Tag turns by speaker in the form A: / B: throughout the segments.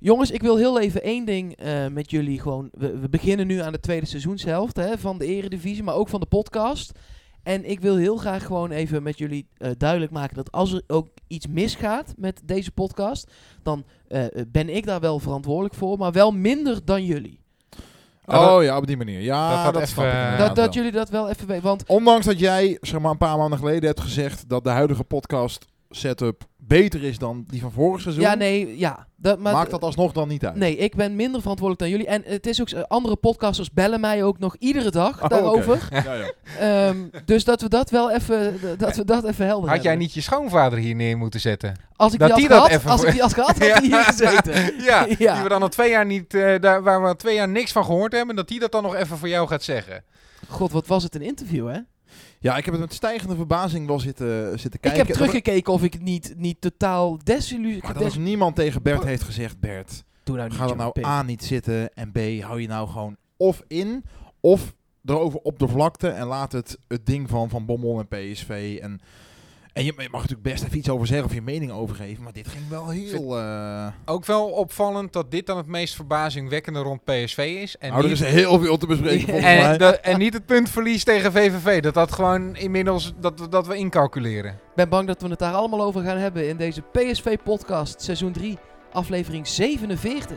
A: Jongens, ik wil heel even één ding met jullie gewoon... We beginnen nu aan de tweede seizoenshelft van de Eredivisie, maar ook van de podcast. En ik wil heel graag gewoon even met jullie duidelijk maken dat als er ook iets misgaat met deze podcast, dan ben ik daar wel verantwoordelijk voor, maar wel minder dan jullie.
B: Op die manier. Ja,
C: dat
B: snap ik
C: even-
B: inderdaad
A: Dat
B: wel.
A: jullie dat wel even weten, want...
B: Ondanks dat jij, zeg maar, een paar maanden geleden hebt gezegd dat de huidige podcast setup beter is dan die van vorig seizoen,
A: Ja, nee, ja.
B: maakt dat alsnog dan niet uit.
A: Nee, ik ben minder verantwoordelijk dan jullie. En het is ook andere podcasters bellen mij ook nog iedere dag
B: Oh,
A: daarover.
B: oké. Ja.
A: Dus dat we dat wel even, helder
C: Had jij
A: hebben.
C: niet je schoonvader hier neer moeten zetten?
A: Als ik
C: dat
A: die
C: die
A: had
C: dat
A: gehad,
C: even
A: als
C: voor-
A: ik die had gehad, had hij hier gezeten.
C: Ja,
A: Ja.
C: die we dan al 2 jaar niet, waar we al 2 jaar niks van gehoord hebben, dat die dat dan nog even voor jou gaat zeggen.
A: God, wat was het een interview, hè?
B: Ja, ik heb het met stijgende verbazing wel zitten
A: Ik
B: kijken.
A: heb teruggekeken of ik het niet totaal
B: Maar dat als niemand tegen Bert heeft gezegd, Bert,
A: Doe nou niet,
B: ga er
A: joh,
B: nou
A: Pim.
B: A niet zitten en B, hou je nou gewoon of in, of erover op de vlakte en laat het ding van Bommel en PSV en je mag natuurlijk best even iets over zeggen of je mening over geven, maar dit ging wel heel...
C: Ook wel opvallend dat dit dan het meest verbazingwekkende rond PSV is. En
B: er is heel veel te bespreken volgens mij.
C: en niet het puntverlies tegen VVV. Dat gewoon inmiddels dat we incalculeren.
A: Ik ben bang dat we het daar allemaal over gaan hebben in deze PSV-podcast, seizoen 3, aflevering 47.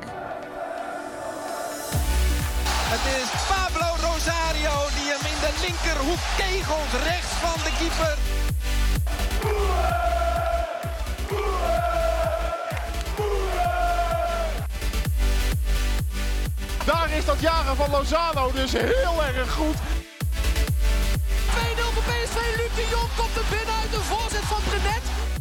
D: Het is Pablo Rosario die hem in de linkerhoek kegelt, rechts van de keeper.
B: Daar is dat jagen van Lozano dus heel erg goed.
A: 2-0 voor PSV. Luc de Jong komt er binnen uit de voorzet van Brenet.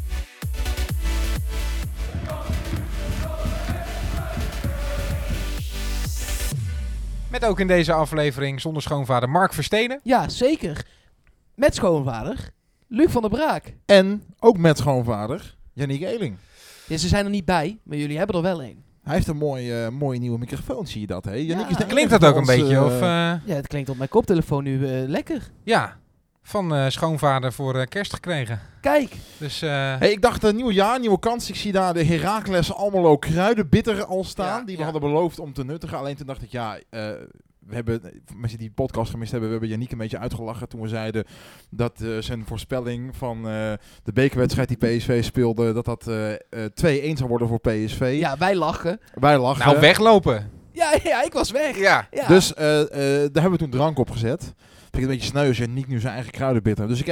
C: Met ook in deze aflevering zonder schoonvader Mark Versteden.
A: Ja, zeker. Met schoonvader Luc van der Braak.
B: En ook met schoonvader Yannick Eeling.
A: Ja, ze zijn er niet bij, maar jullie hebben er wel een.
B: Hij heeft een mooie nieuwe microfoon, zie je dat? Hè? Yannick is de
C: Klinkt
B: enige
C: dat ook
B: van
C: een
B: ons,
C: beetje? Of,
A: Ja, het klinkt op mijn koptelefoon nu lekker.
C: ja, van schoonvader voor kerst gekregen.
A: Kijk.
C: Dus
B: Hey, ik dacht, nieuw jaar, nieuwe kans. Ik zie daar de Heracles Almelo kruidenbitter al staan.
C: Ja,
B: die we
C: ja.
B: hadden beloofd om te nuttigen. Alleen toen dacht ik, we hebben, mensen die podcast gemist hebben, we hebben Yannick een beetje uitgelachen toen we zeiden dat zijn voorspelling van de bekerwedstrijd die PSV speelde, dat 2-1 zou worden voor PSV.
A: Ja, wij lachen.
B: Wij lachen.
C: nou, weglopen.
A: Ja, ik was weg.
C: Ja.
A: Ja.
B: Dus daar hebben we toen drank op gezet. Vind ik een beetje sneu als Yannick nu zijn eigen kruidenbitter. Dus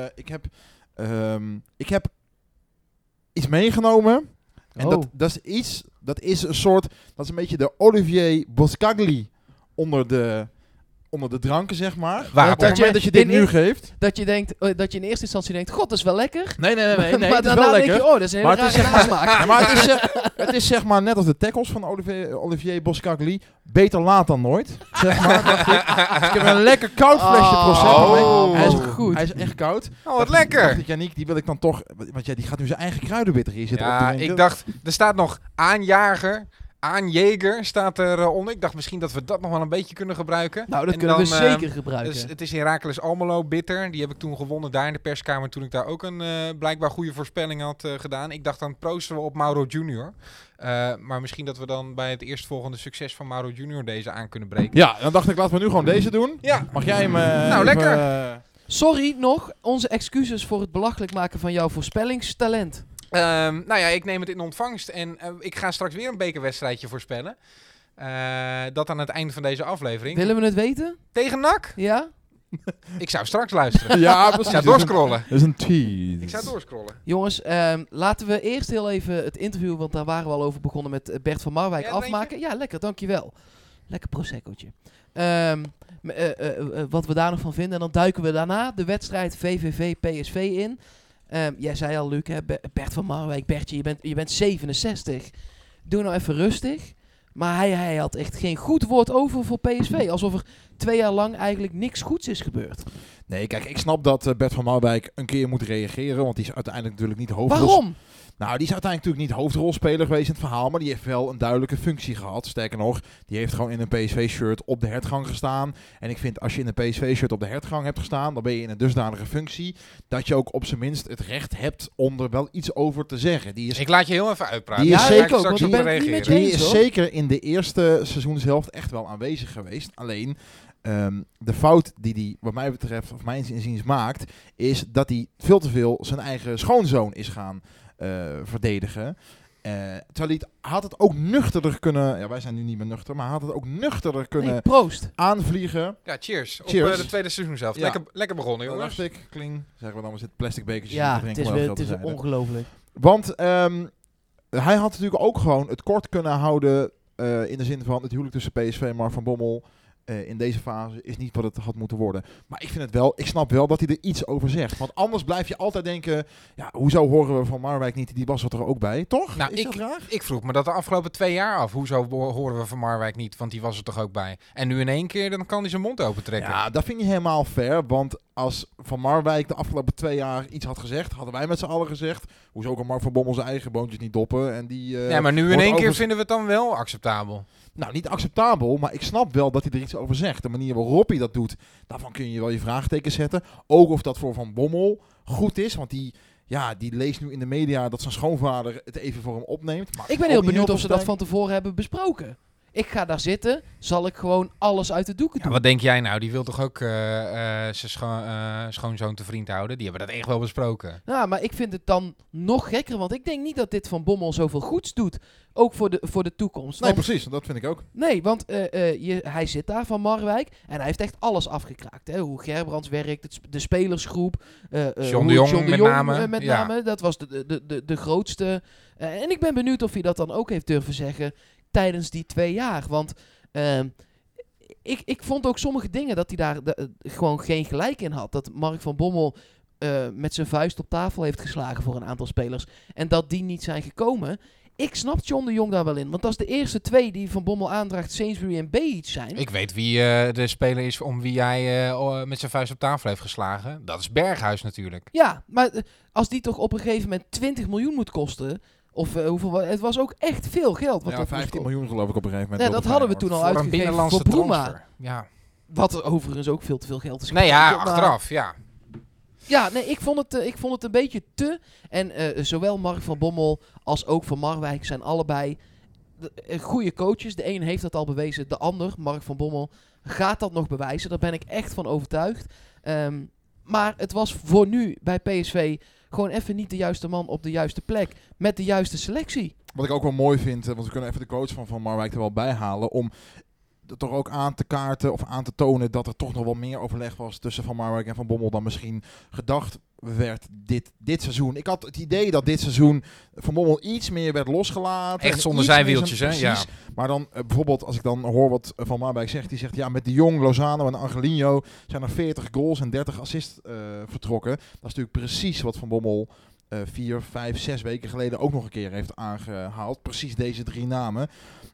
B: ik heb iets meegenomen. En
A: Oh.
B: dat is een soort, dat is een beetje de Olivier Boscagli onder de dranken, zeg maar.
C: Water.
B: Op het moment dat je dit nu geeft.
A: Dat je denkt, dat je in eerste instantie denkt, god, dat is wel lekker.
B: Nee,
A: maar
B: het is
A: daarna
B: wel
A: denk
B: lekker.
A: je, oh, dat is een hele
B: Maar het is
A: rare
B: zeg
A: nasmaak.
B: Ja, maar het is zeg maar net als de tackles van Olivier Boscagli. Beter laat dan nooit. Zeg maar. dacht ik. Dus ik heb een lekker koud flesje Prosecco mee.
C: Oh.
B: Hij is
A: Goed.
B: Hij is echt koud.
C: Oh, wat
B: Dacht
C: lekker.
B: ik, Yannick, die wil ik dan toch... Want ja, die gaat nu zijn eigen kruidenbitter hier zitten op te
C: Ja,
B: drinken.
C: ik dacht, er staat nog aanjager staat er onder. Ik dacht misschien dat we dat nog wel een beetje kunnen gebruiken.
A: Nou, dat
C: En
A: kunnen we
C: dan,
A: zeker gebruiken.
C: Dus het is Heracles Almelo bitter. Die heb ik toen gewonnen daar in de perskamer toen ik daar ook een blijkbaar goede voorspelling had gedaan. Ik dacht dan proosten we op Mauro Junior. Maar misschien dat we dan bij het eerstvolgende succes van Mauro Junior deze aan kunnen breken.
B: Ja, dan dacht ik, laten we nu gewoon deze doen.
C: Ja.
B: Mag jij hem...
C: Nou, lekker.
A: Sorry nog, onze excuses voor het belachelijk maken van jouw voorspellingstalent.
C: Nou ja, ik neem het in ontvangst en ik ga straks weer een bekerwedstrijdje voorspellen. Dat aan het einde van deze aflevering.
A: Willen we het weten?
C: Tegen NAC?
A: Ja?
C: Ik zou straks luisteren.
B: Ja,
C: Ik
B: precies.
C: zou doorscrollen.
B: Dat is een tease.
C: Ik zou doorscrollen.
A: Jongens, laten we eerst heel even het interview, want daar waren we al over begonnen met Bert van Marwijk,
C: Ja,
A: afmaken. Ja, lekker, dankjewel. Lekker proseccootje. Wat we daar nog van vinden. En dan duiken we daarna de wedstrijd VVV-PSV in. Jij zei al, Luc, hè, Bert van Marwijk. Bertje, je bent 67. Doe nou even rustig. Maar hij had echt geen goed woord over voor PSV. Alsof er 2 jaar lang eigenlijk niks goeds is gebeurd.
B: Nee, kijk, ik snap dat Bert van Marwijk een keer moet reageren, want die is uiteindelijk natuurlijk niet de hoofdrol.
A: Waarom?
B: Nou, die is uiteindelijk natuurlijk niet hoofdrolspeler geweest in het verhaal, maar die heeft wel een duidelijke functie gehad. Sterker nog, die heeft gewoon in een PSV-shirt op de hertgang gestaan. En ik vind, als je in een PSV-shirt op de hertgang hebt gestaan, dan ben je in een dusdanige functie dat je ook op zijn minst het recht hebt om er wel iets over te zeggen.
C: Ik laat je heel even uitpraten.
B: Die is zeker
A: ik ook, want ik ben het niet met je
B: Die
A: eens,
B: is
A: hoor.
B: zeker in de eerste seizoenshelft echt wel aanwezig geweest. Alleen, de fout die hij, wat mij betreft, of mijn inziens maakt, is dat hij veel te veel zijn eigen schoonzoon is gaan verdedigen. Terwijl hij had het ook nuchterder kunnen... Ja, wij zijn nu niet meer nuchter, maar had het ook nuchterder kunnen
A: Nee, proost.
B: aanvliegen.
C: Ja, cheers.
B: Cheers.
C: Op de tweede seizoen zelf.
B: Ja.
C: Lekker begonnen,
B: Jongens.
C: jongens.
B: Plastic, kling. Zeggen we dan, we zitten plastic bekertjes
A: Ja,
B: te
A: het
B: drinken.
A: is,
B: maar
A: weer,
B: dat
A: het is
B: terzijde.
A: ongelooflijk.
B: Want hij had natuurlijk ook gewoon het kort kunnen houden in de zin van het huwelijk tussen PSV en Mark van Bommel in deze fase is niet wat het had moeten worden. Maar ik snap wel dat hij er iets over zegt. Want anders blijf je altijd denken, ja, hoezo horen we van Marwijk niet? Die was er ook bij, toch?
C: Nou,
B: Is dat raar?
C: ik vroeg me dat de afgelopen 2 jaar af. Hoezo horen we van Marwijk niet? Want die was er toch ook bij. En nu in één keer, dan kan hij zijn mond open trekken.
B: Ja, dat vind je helemaal fair. Want als Van Marwijk de afgelopen 2 jaar iets had gezegd, hadden wij met z'n allen gezegd, hoezo kan Mark van Bommel zijn eigen boontjes niet doppen? En die,
C: Ja, maar nu in
B: wordt
C: één keer
B: over-
C: vinden we het dan wel acceptabel.
B: Nou, niet acceptabel, maar ik snap wel dat hij er iets over zegt. De manier waarop hij dat doet, daarvan kun je wel je vraagteken zetten. Ook of dat voor Van Bommel goed is, want die leest nu in de media dat zijn schoonvader het even voor hem opneemt. Maar
A: Ik ben heel benieuwd of ze dat van tevoren hebben besproken. Ik ga daar zitten, zal ik gewoon alles uit de doeken
C: Ja,
A: doen.
C: wat denk jij nou? Die wil toch ook zijn schoonzoon te vriend houden? Die hebben dat echt wel besproken.
A: Ja, maar ik vind het dan nog gekker, want ik denk niet dat dit Van Bommel zoveel goeds doet. Ook voor de toekomst.
B: Nee,
A: Want-
B: precies, dat vind ik ook.
A: Nee, want hij zit daar van Marwijk en hij heeft echt alles afgekraakt. Hè? Hoe Gerbrands werkt, de spelersgroep.
C: John de Jong met name,
A: met
C: ja.
A: name. Dat was de grootste. En ik ben benieuwd of hij dat dan ook heeft durven zeggen tijdens die 2 jaar. Want ik vond ook sommige dingen dat hij daar gewoon geen gelijk in had. Dat Mark van Bommel met zijn vuist op tafel heeft geslagen voor een aantal spelers. En dat die niet zijn gekomen. Ik snap John de Jong daar wel in. Want dat is de eerste 2 die Van Bommel aandraagt, Sainsbury en Beach zijn.
C: Ik weet wie de speler is om wie jij met zijn vuist op tafel heeft geslagen. Dat is Berghuis natuurlijk.
A: Ja, maar als die toch op een gegeven moment 20 miljoen moet kosten. Of hoeveel? Het was ook echt veel geld. Wat
B: Ja,
A: dat
B: 15
A: moest
B: miljoen geloof ik op een gegeven moment.
A: Ja,
B: wilde
A: dat hadden we
B: Feyenoord.
A: toen al
C: Voor een
A: uitgegeven
C: binnenlandse
A: voor Bruma.
C: transfer. Ja.
A: Wat overigens ook veel te veel geld is.
C: Nee, ja,
A: Maar-
C: achteraf, ja.
A: Ja, nee, ik vond het een beetje te. En zowel Mark van Bommel als ook Van Marwijk zijn allebei goede coaches. De een heeft dat al bewezen. De ander, Mark van Bommel, gaat dat nog bewijzen. Daar ben ik echt van overtuigd. Maar het was voor nu bij PSV gewoon even niet de juiste man op de juiste plek. Met de juiste selectie.
B: Wat ik ook wel mooi vind, want we kunnen even de coach van Marwijk er wel bij halen, om er toch ook aan te kaarten of aan te tonen dat er toch nog wel meer overleg was tussen Van Marwijk en Van Bommel dan misschien gedacht werd dit seizoen. Ik had het idee dat dit seizoen Van Bommel iets meer werd losgelaten.
C: Echt
B: en
C: zonder
B: iets meer
C: zijwieltjes, hè?
B: precies.
C: Ja.
B: Maar dan bijvoorbeeld, als ik dan hoor wat Van Marwijk zegt, die zegt, ja, met de Jong, Lozano en Angelino zijn er 40 goals en 30 assists vertrokken. Dat is natuurlijk precies wat Van Bommel 4, 5, 6 weken geleden ook nog een keer heeft aangehaald. Precies deze 3 namen.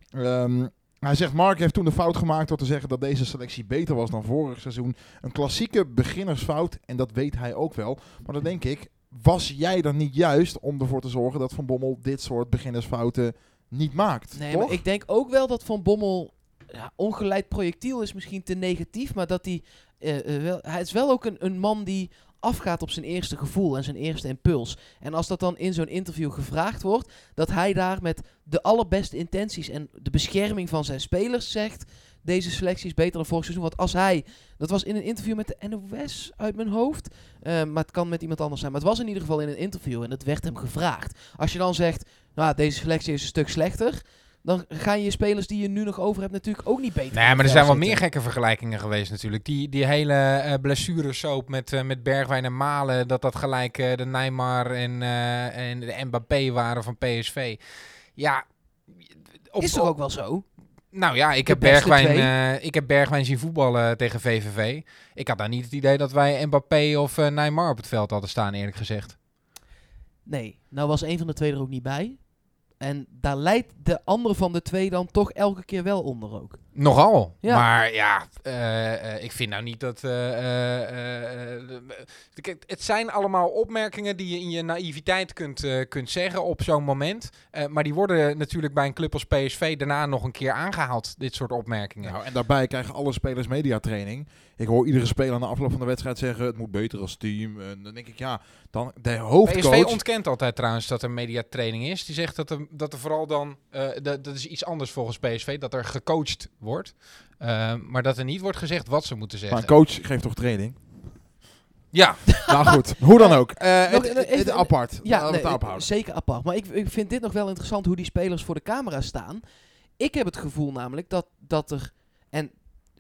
B: Hij zegt, Mark heeft toen de fout gemaakt door te zeggen dat deze selectie beter was dan vorig seizoen. Een klassieke beginnersfout en dat weet hij ook wel. Maar dan denk ik, was jij er niet juist om ervoor te zorgen dat Van Bommel dit soort beginnersfouten niet maakt?
A: Nee,
B: toch?
A: maar ik denk ook wel dat Van Bommel ongeleid projectiel is misschien te negatief. Maar dat hij is wel ook een man die afgaat op zijn eerste gevoel en zijn eerste impuls. En als dat dan in zo'n interview gevraagd wordt, dat hij daar met de allerbeste intenties en de bescherming van zijn spelers zegt, deze selectie is beter dan vorig seizoen. Want als hij, dat was in een interview met de NOS uit mijn hoofd, maar het kan met iemand anders zijn, maar het was in ieder geval in een interview en het werd hem gevraagd. Als je dan zegt, nou, deze selectie is een stuk slechter, dan gaan je spelers die je nu nog over hebt natuurlijk ook niet beter.
C: Nee, maar er zijn wel meer gekke vergelijkingen geweest natuurlijk. Die hele blessuresoap met Bergwijn en Malen, dat gelijk de Neymar en de Mbappé waren van PSV. Ja.
A: Is toch ook wel zo?
C: Nou ja, ik heb Bergwijn zien voetballen tegen VVV. Ik had daar niet het idee dat wij Mbappé of Neymar op het veld hadden staan, eerlijk gezegd.
A: Nee, nou was een van de twee er ook niet bij. En daar leidt de andere van de twee dan toch elke keer wel onder ook.
C: Nogal.
A: Ja.
C: Maar ja, ik vind nou niet dat... Kijk, het zijn allemaal opmerkingen die je in je naïviteit kunt zeggen op zo'n moment. Maar die worden natuurlijk bij een club als PSV daarna nog een keer aangehaald, dit soort opmerkingen.
B: Nou, en daarbij krijgen alle spelers mediatraining. Ik hoor iedere speler na afloop van de wedstrijd zeggen, het moet beter als team. En dan denk ik, ja, dan de hoofdcoach...
C: PSV ontkent altijd trouwens dat er mediatraining is. Die zegt dat er vooral dan... dat is iets anders volgens PSV, dat er gecoacht wordt. Maar dat er niet wordt gezegd wat ze moeten zeggen.
B: Maar een coach geeft toch training?
C: Ja.
B: Nou goed, hoe dan ook.
A: Even-
B: Het apart.
A: Ja,
B: Laten we het daarop houden.
A: zeker apart. Maar ik vind dit nog wel interessant hoe die spelers voor de camera staan. Ik heb het gevoel namelijk dat er... En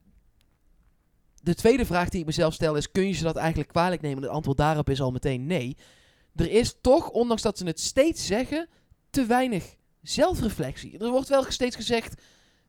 A: de tweede vraag die ik mezelf stel is, kun je ze dat eigenlijk kwalijk nemen? Het antwoord daarop is al meteen nee. Er is toch, ondanks dat ze het steeds zeggen, te weinig zelfreflectie. Er wordt wel steeds gezegd,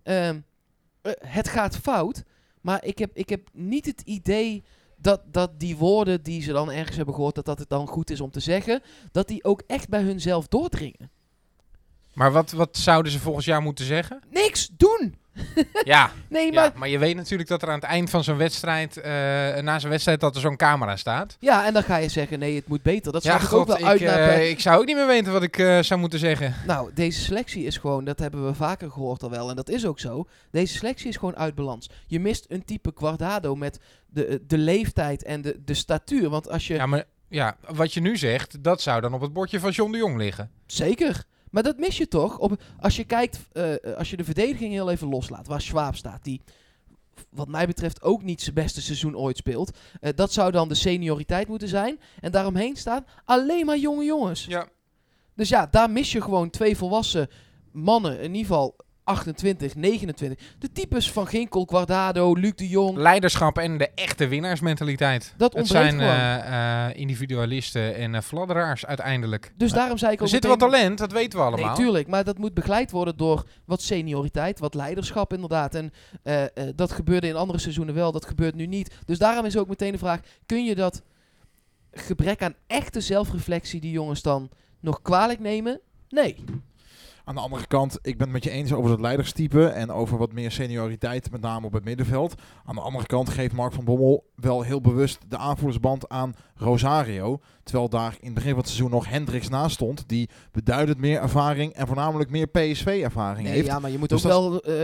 A: het gaat fout. Maar ik heb niet het idee dat die woorden die ze dan ergens hebben gehoord, dat het dan goed is om te zeggen, dat die ook echt bij hunzelf doordringen.
C: Maar wat zouden ze volgens jou moeten zeggen?
A: Niks doen!
C: Ja.
A: Nee,
C: Ja,
A: maar...
C: maar je weet natuurlijk dat er aan het eind van zo'n wedstrijd, na zo'n wedstrijd, dat er zo'n camera staat.
A: Ja, en dan ga je zeggen, nee, het moet beter. Dat
C: Ja,
A: zag ik ook
C: god,
A: wel uit naar...
C: ik zou ook niet meer weten wat ik zou moeten zeggen.
A: Nou, deze selectie is gewoon, dat hebben we vaker gehoord al wel, en dat is ook zo. Deze selectie is gewoon uit balans. Je mist een type Guardado met de leeftijd en de statuur. Want als je...
C: Ja, maar ja, wat je nu zegt, dat zou dan op het bordje van John de Jong liggen.
A: Zeker. Maar dat mis je toch? Als je kijkt, als je de verdediging heel even loslaat, waar Schwab staat, die wat mij betreft ook niet zijn beste seizoen ooit speelt. Dat zou dan de senioriteit moeten zijn. En daaromheen staan alleen maar jonge jongens.
C: Ja.
A: Dus ja, daar mis je gewoon twee volwassen mannen, in ieder geval 28, 29. De types van Ginkel, Guardado, Luc de Jong.
C: Leiderschap en de echte winnaarsmentaliteit.
A: Dat
C: Het
A: ontbreekt
C: zijn individualisten en fladderaars uiteindelijk.
A: Dus daarom zei ik ook
C: Er zit wat
A: meteen-
C: talent, dat weten we allemaal.
A: Nee, tuurlijk. Maar dat moet begeleid worden door wat senioriteit, wat leiderschap inderdaad. En dat gebeurde in andere seizoenen wel, dat gebeurt nu niet. Dus daarom is ook meteen de vraag, kun je dat gebrek aan echte zelfreflectie die jongens dan nog kwalijk nemen? Nee.
B: Aan de andere kant, ik ben het met je eens over het leiderstype en over wat meer senioriteit, met name op het middenveld. Aan de andere kant geeft Mark van Bommel wel heel bewust de aanvoerdersband aan Rosario. Terwijl daar in het begin van het seizoen nog Hendricks naast stond, die beduidend meer ervaring en voornamelijk meer PSV-ervaring
A: Nee,
B: heeft.
A: ja, maar je moet
B: Dus
A: ook
B: dat
A: wel,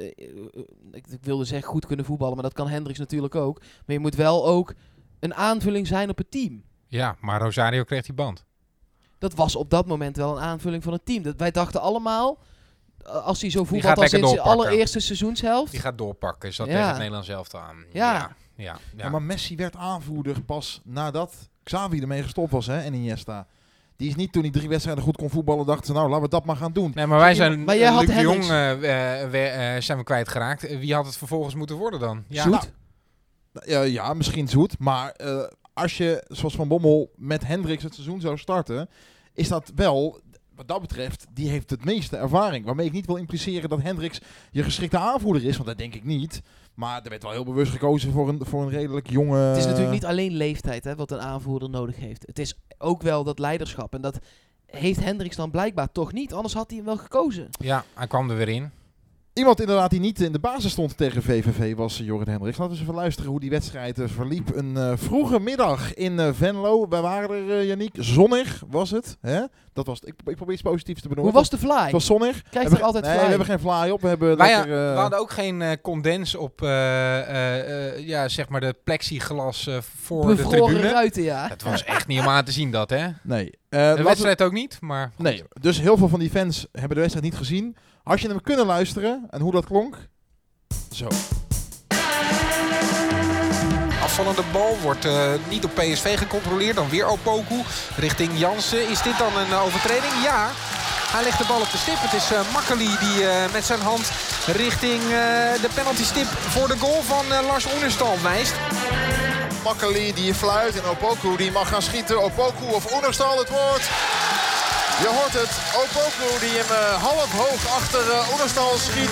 A: ik wilde zeggen goed kunnen voetballen, maar dat kan Hendricks natuurlijk ook. Maar je moet wel ook een aanvulling zijn op het team.
C: Ja, maar Rosario kreeg die band.
A: Dat was op dat moment wel een aanvulling van het team. Wij dachten allemaal, als hij zo
C: gaat
A: voetbalt als
C: lekker
A: in zijn
C: doorpakken.
A: allereerste seizoenshelft.
C: Die gaat doorpakken, zat
A: Ja.
C: tegen het Nederlands elftal aan.
A: Ja.
C: Ja.
B: Ja, maar Messi werd aanvoerder pas nadat Xavi ermee gestopt was, hè, en Iniesta. Die is niet toen hij 3 wedstrijden goed kon voetballen, dachten ze, nou, laten we dat maar gaan doen.
C: Nee, maar wij zijn
A: Maar jij had
C: Luc de Jong
A: Hendricks.
C: zijn we kwijtgeraakt. Wie had het vervolgens moeten worden dan? Ja.
A: Zoet.
B: Ja, misschien Zoet, maar als je, zoals Van Bommel, met Hendricks het seizoen zou starten, is dat wel, wat dat betreft, die heeft het meeste ervaring. Waarmee ik niet wil impliceren dat Hendricks je geschikte aanvoerder is, want dat denk ik niet. Maar er werd wel heel bewust gekozen voor een redelijk jonge...
A: Het is natuurlijk niet alleen leeftijd wat een aanvoerder nodig heeft. Het is ook wel dat leiderschap. En dat heeft Hendricks dan blijkbaar toch niet. Anders had hij hem wel gekozen.
C: Ja, hij kwam er weer in.
B: Iemand inderdaad die niet in de basis stond tegen VVV was Jorrit Hendricks. Laten we eens even luisteren hoe die wedstrijd verliep. Een vroege middag in Venlo. Wij waren er, Yannick. Zonnig was het. Hè? Dat was het. Ik probeer iets positiefs te benoemen.
A: Hoe was de fly?
B: Het was zonnig.
A: Krijgt
B: We
A: er altijd
B: nee,
A: fly?
B: we hebben geen fly op. We hebben
C: We hadden ook geen condens op zeg maar de plexiglas voor de
A: Bevroren
C: tribune.
A: ruiten, ja.
C: Het was echt niet om aan te zien dat, hè?
B: Nee.
C: De
B: laten we-
C: wedstrijd ook niet, maar... goed.
B: Nee. Dus heel veel van die fans hebben de wedstrijd niet gezien. Als je hem kunnen luisteren en hoe dat klonk. Zo.
C: Afvallende bal wordt niet op PSV gecontroleerd. Dan weer Opoku richting Jansen. Is dit dan een overtreding? Ja. Hij legt de bal op de stip. Het is Makkeli die met zijn hand richting de penaltystip voor de goal van Lars Oenerstal wijst.
E: Makkeli die fluit en Opoku die mag gaan schieten. Opoku of Oenerstal het woord. Je hoort het. Opoku die hem half hoog achter Oenerstal schiet.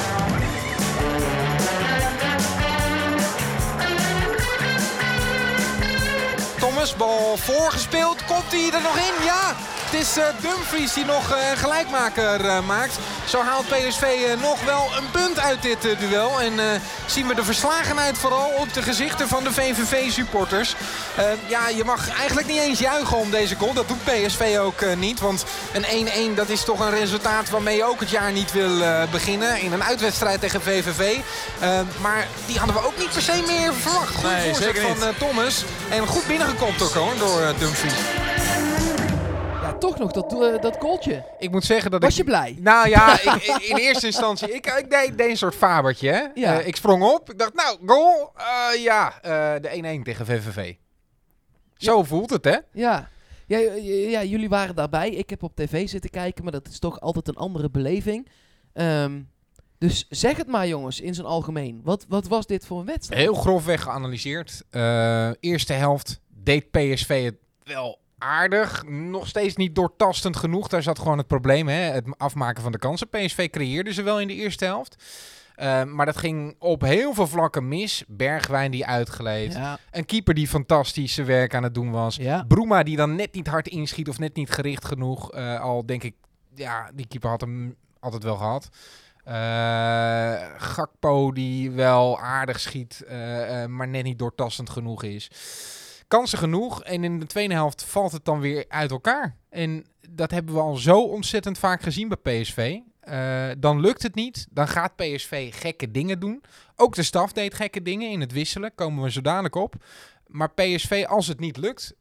C: Thomas, bal voorgespeeld. Komt hij er nog in? Ja! Het is Dumfries die nog gelijkmaker maakt. Zo haalt PSV nog wel een punt uit dit duel. En zien we de verslagenheid vooral op de gezichten van de VVV-supporters. Je mag eigenlijk niet eens juichen om deze goal. Dat doet PSV ook niet. Want een 1-1 dat is toch een resultaat waarmee je ook het jaar niet wil beginnen. In een uitwedstrijd tegen VVV. Maar die hadden we ook niet per se meer verwacht. Goed voorzet van Thomas. En goed binnengekomen ook hoor, door Dumfries.
A: Ja, toch nog dat goaltje.
C: Ik moet zeggen dat
A: Was je blij?
C: Nou ja, in eerste instantie, ik deed een soort fabertje. Hè?
A: Ja.
C: Ik sprong op. Ik dacht, nou, goal. De 1-1 tegen VVV. Zo voelt het, hè?
A: Ja. Ja, jullie waren daarbij. Ik heb op tv zitten kijken, maar dat is toch altijd een andere beleving. Dus zeg het maar, jongens, in zijn algemeen. Wat was dit voor een wedstrijd?
C: Heel grofweg geanalyseerd. Eerste helft deed PSV het wel aardig. Nog steeds niet doortastend genoeg. Daar zat gewoon het probleem, hè? Het afmaken van de kansen. PSV creëerde ze wel in de eerste helft. Maar dat ging op heel veel vlakken mis. Bergwijn die uitgleed.
A: Ja.
C: Een keeper die fantastisch zijn werk aan het doen was.
A: Ja.
C: Bruma die dan net niet hard inschiet of net niet gericht genoeg. Al denk ik, ja, die keeper had hem altijd wel gehad. Gakpo die wel aardig schiet, maar net niet doortastend genoeg is. Kansen genoeg en in de tweede helft valt het dan weer uit elkaar. En dat hebben we al zo ontzettend vaak gezien bij PSV. Dan lukt het niet. Dan gaat PSV gekke dingen doen. Ook de staf deed gekke dingen in het wisselen. Komen we zo dadelijk op. Maar PSV, als het niet lukt,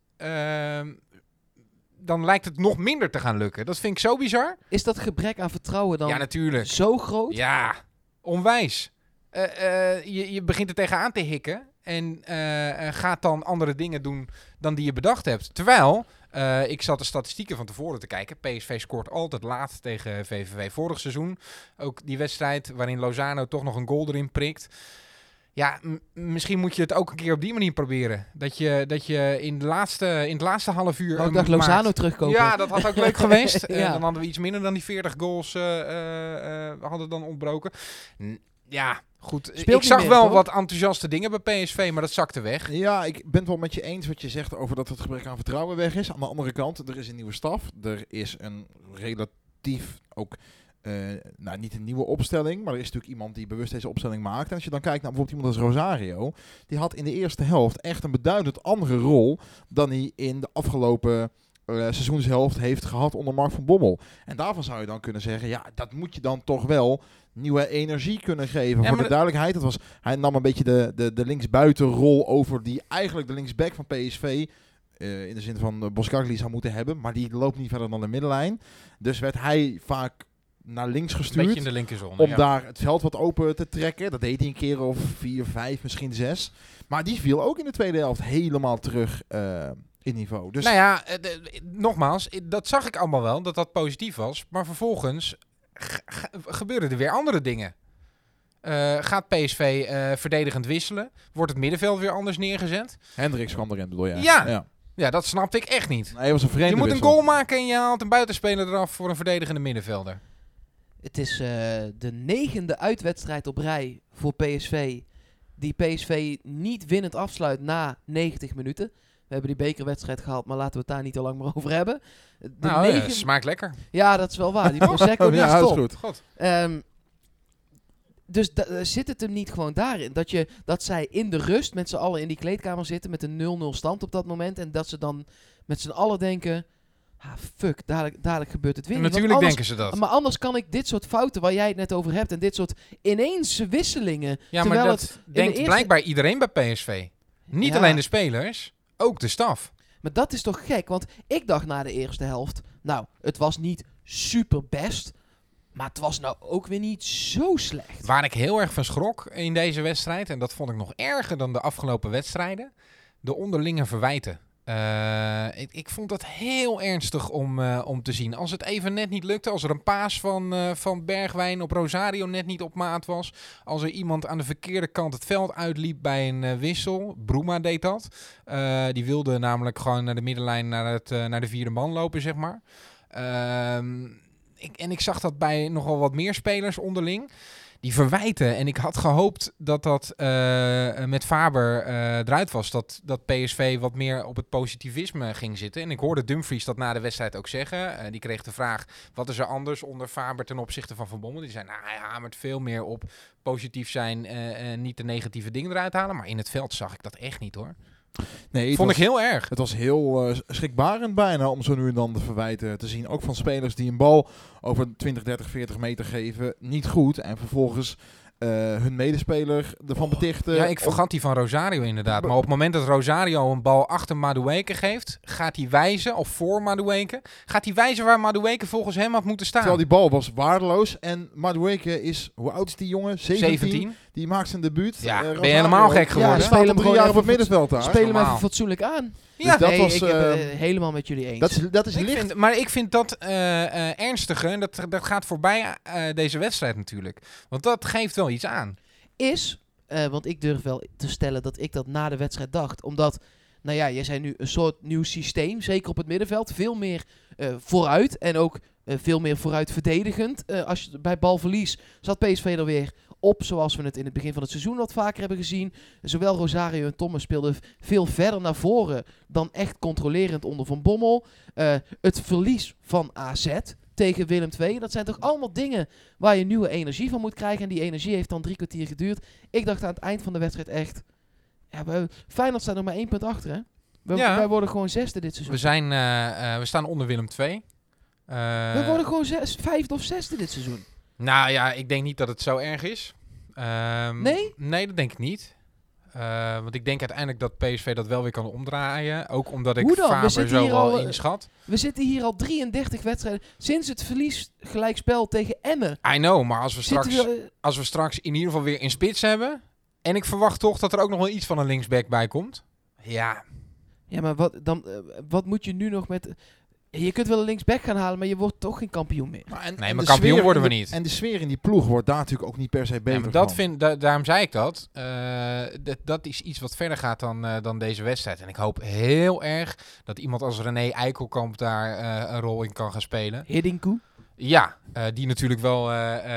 C: dan lijkt het nog minder te gaan lukken. Dat vind ik zo bizar.
A: Is dat gebrek aan vertrouwen dan
C: Ja, natuurlijk.
A: zo groot?
C: Ja, onwijs. Je begint er tegenaan te hikken. En gaat dan andere dingen doen dan die je bedacht hebt. Terwijl, ik zat de statistieken van tevoren te kijken. PSV scoort altijd laat tegen VVV. Vorig seizoen ook die wedstrijd waarin Lozano toch nog een goal erin prikt. Ja, misschien moet je het ook een keer op die manier proberen. Dat je in het laatste half uur...
A: Ik dacht Lozano terugkomen.
C: Ja, dat had ook leuk geweest.
A: Ja.
C: Dan hadden we iets minder dan die 40 goals hadden dan ontbroken. Ja, goed.
A: Speelt
C: ik zag
A: niet meer,
C: wel
A: toch?
C: wat enthousiaste dingen bij PSV, maar dat zakte weg.
B: Ja, ik ben het wel met je eens wat je zegt over dat het gebrek aan vertrouwen weg is. Aan de andere kant, er is een nieuwe staf. Er is een relatief ook... niet een nieuwe opstelling, maar er is natuurlijk iemand die bewust deze opstelling maakt. En als je dan kijkt naar bijvoorbeeld iemand als Rosario, die had in de eerste helft echt een beduidend andere rol dan hij in de afgelopen seizoenshelft heeft gehad onder Mark van Bommel. En daarvan zou je dan kunnen zeggen, ja, dat moet je dan toch wel nieuwe energie kunnen geven.
C: Ja,
B: voor de duidelijkheid, hij nam een beetje de linksbuitenrol over die eigenlijk de linksback van PSV... in de zin van Boskagli zou moeten hebben, maar die loopt niet verder dan de middenlijn. Dus werd hij vaak naar links gestuurd.
C: Beetje in de linkerzone.
B: Om daar het veld wat open te trekken. Dat deed hij een keer of 4, 5, misschien 6. Maar die viel ook in de tweede helft helemaal terug in niveau. Dus
C: Nou ja, nogmaals, dat zag ik allemaal wel, dat positief was. Maar vervolgens gebeuren er weer andere dingen. Gaat PSV verdedigend wisselen? Wordt het middenveld weer anders neergezet?
B: Hendricks kwam erin, bedoel jij?
C: Ja. Ja, dat snapte ik echt niet.
B: Nee, hij was een vreemde
C: Je moet een
B: wissel.
C: goal maken en je haalt een buitenspeler eraf voor een verdedigende middenvelder.
A: Het is de 9e uitwedstrijd op rij voor PSV. Die PSV niet winnend afsluit na 90 minuten. We hebben die bekerwedstrijd gehaald, maar laten we het daar niet te lang meer over hebben.
C: Smaakt lekker.
A: Ja, dat is wel waar. Die Prosecco die is
B: ja, dat
A: top.
B: is goed.
C: God.
A: Dus zit het hem niet gewoon daarin? Dat zij in de rust met z'n allen in die kleedkamer zitten met een 0-0 stand op dat moment. En dat ze dan met z'n allen denken, fuck, dadelijk gebeurt het weer.
C: En
A: niet. Want
C: natuurlijk
A: anders,
C: denken ze dat.
A: Maar anders kan ik dit soort fouten waar jij het net over hebt en dit soort ineens wisselingen.
C: Ja,
A: terwijl
C: maar
A: het
C: dat
A: in de
C: denkt
A: eerste-
C: blijkbaar iedereen bij PSV. Niet
A: Ja.
C: alleen de spelers, ook de staf.
A: Maar dat is toch gek? Want ik dacht na de eerste helft, nou, het was niet super best, maar het was nou ook weer niet zo slecht.
C: Waar ik heel erg van schrok in deze wedstrijd, en dat vond ik nog erger dan de afgelopen wedstrijden, de onderlinge verwijten. Ik vond dat heel ernstig om te zien. Als het even net niet lukte, als er een paas van Bergwijn op Rosario net niet op maat was, als er iemand aan de verkeerde kant het veld uitliep bij een wissel, Bruma deed dat. Die wilde namelijk gewoon naar de middenlijn, naar de vierde man lopen, zeg maar. Ik zag dat bij nogal wat meer spelers onderling. die verwijten. En ik had gehoopt dat met Faber eruit was. Dat PSV wat meer op het positivisme ging zitten. En ik hoorde Dumfries dat na de wedstrijd ook zeggen. Die kreeg de vraag, wat is er anders onder Faber ten opzichte van Van Bommel? Die zei, hij hamert veel meer op positief zijn en niet de negatieve dingen eruit halen. Maar in het veld zag ik dat echt niet, hoor.
B: Nee,
C: Vond ik heel erg.
B: Het was heel schrikbarend bijna om zo nu en dan de verwijten te zien. Ook van spelers die een bal over 20, 30, 40 meter geven. Niet goed. En vervolgens hun medespeler ervan betichten.
C: Ja, ik vergat die van Rosario inderdaad. Maar op het moment dat Rosario een bal achter Madueke geeft, gaat hij wijzen, of voor Madueke, gaat hij wijzen waar Madueke volgens hem had moeten staan.
B: Terwijl die bal was waardeloos. En Madueke is, hoe oud is die jongen? 17. Die maakt zijn debuut.
C: Ja, ben je
B: Rosario,
C: helemaal gek geworden.
B: Ja, staat al 3 jaar op het middenveld daar.
A: Speel hem
C: normaal.
A: even fatsoenlijk aan.
C: Ja,
B: dat
A: nee,
B: was,
A: ik ben helemaal met jullie eens.
B: dat is licht.
C: Maar ik vind dat ernstiger. En dat gaat voorbij deze wedstrijd natuurlijk. Want dat geeft wel iets aan.
A: Want ik durf wel te stellen dat ik dat na de wedstrijd dacht. Omdat, jij zei nu een soort nieuw systeem. Zeker op het middenveld. Veel meer vooruit. En ook veel meer vooruit verdedigend. Als je bij balverlies zat PSV er weer op. Zoals we het in het begin van het seizoen wat vaker hebben gezien. Zowel Rosario en Thomas speelden veel verder naar voren dan echt controlerend onder Van Bommel. Het verlies van AZ tegen Willem II. Dat zijn toch allemaal dingen waar je nieuwe energie van moet krijgen. En die energie heeft dan 3 kwartier geduurd. Ik dacht aan het eind van de wedstrijd echt... Feyenoord staat nog maar 1 punt achter, hè? Wij worden gewoon 6e dit seizoen.
C: We staan onder Willem II.
A: We worden gewoon 5e of 6e dit seizoen.
C: Nou ja, ik denk niet dat het zo erg is.
A: Nee?
C: Nee, dat denk ik niet. Want ik denk uiteindelijk dat PSV dat wel weer kan omdraaien. Ook omdat ik
A: Hoe dan?
C: Faber zo wel inschat.
A: We zitten hier al 33 wedstrijden. Sinds het verlies gelijkspel tegen Emmen.
C: I know, maar als we straks in ieder geval weer in spits hebben... En ik verwacht toch dat er ook nog wel iets van een linksback bij komt. Ja.
A: Ja, maar wat moet je nu nog met... Je kunt wel een linksback gaan halen, maar je wordt toch geen kampioen meer.
C: Maar kampioen worden we niet.
B: En de sfeer in die ploeg wordt daar natuurlijk ook niet per se beter van.
C: Daarom zei ik dat. Dat is iets wat verder gaat dan deze wedstrijd. En ik hoop heel erg dat iemand als René Eikelkamp daar een rol in kan gaan spelen.
A: Hiddinku?
C: Ja, die natuurlijk wel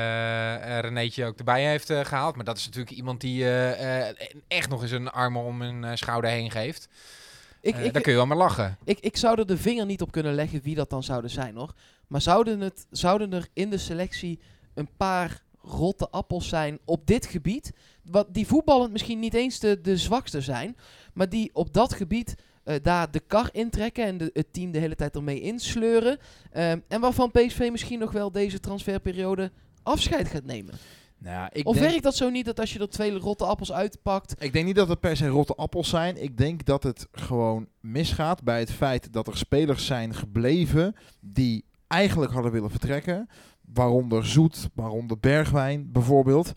C: Renéetje ook erbij heeft gehaald. Maar dat is natuurlijk iemand die echt nog eens een arm om een schouder heen geeft. Daar kun je wel maar lachen.
A: Ik zou er de vinger niet op kunnen leggen wie dat dan zouden zijn, hoor. Maar zouden er in de selectie een paar rotte appels zijn op dit gebied? Die voetballend misschien niet eens de zwakste zijn. Maar die op dat gebied daar de kar intrekken en het team de hele tijd ermee insleuren. En waarvan PSV misschien nog wel deze transferperiode afscheid gaat nemen.
B: Nou,
A: werkt dat zo niet dat als je er 2 rotte appels uitpakt...
B: Ik denk niet dat het per se rotte appels zijn. Ik denk dat het gewoon misgaat bij het feit dat er spelers zijn gebleven die eigenlijk hadden willen vertrekken. Waaronder Zoet, waaronder Bergwijn bijvoorbeeld.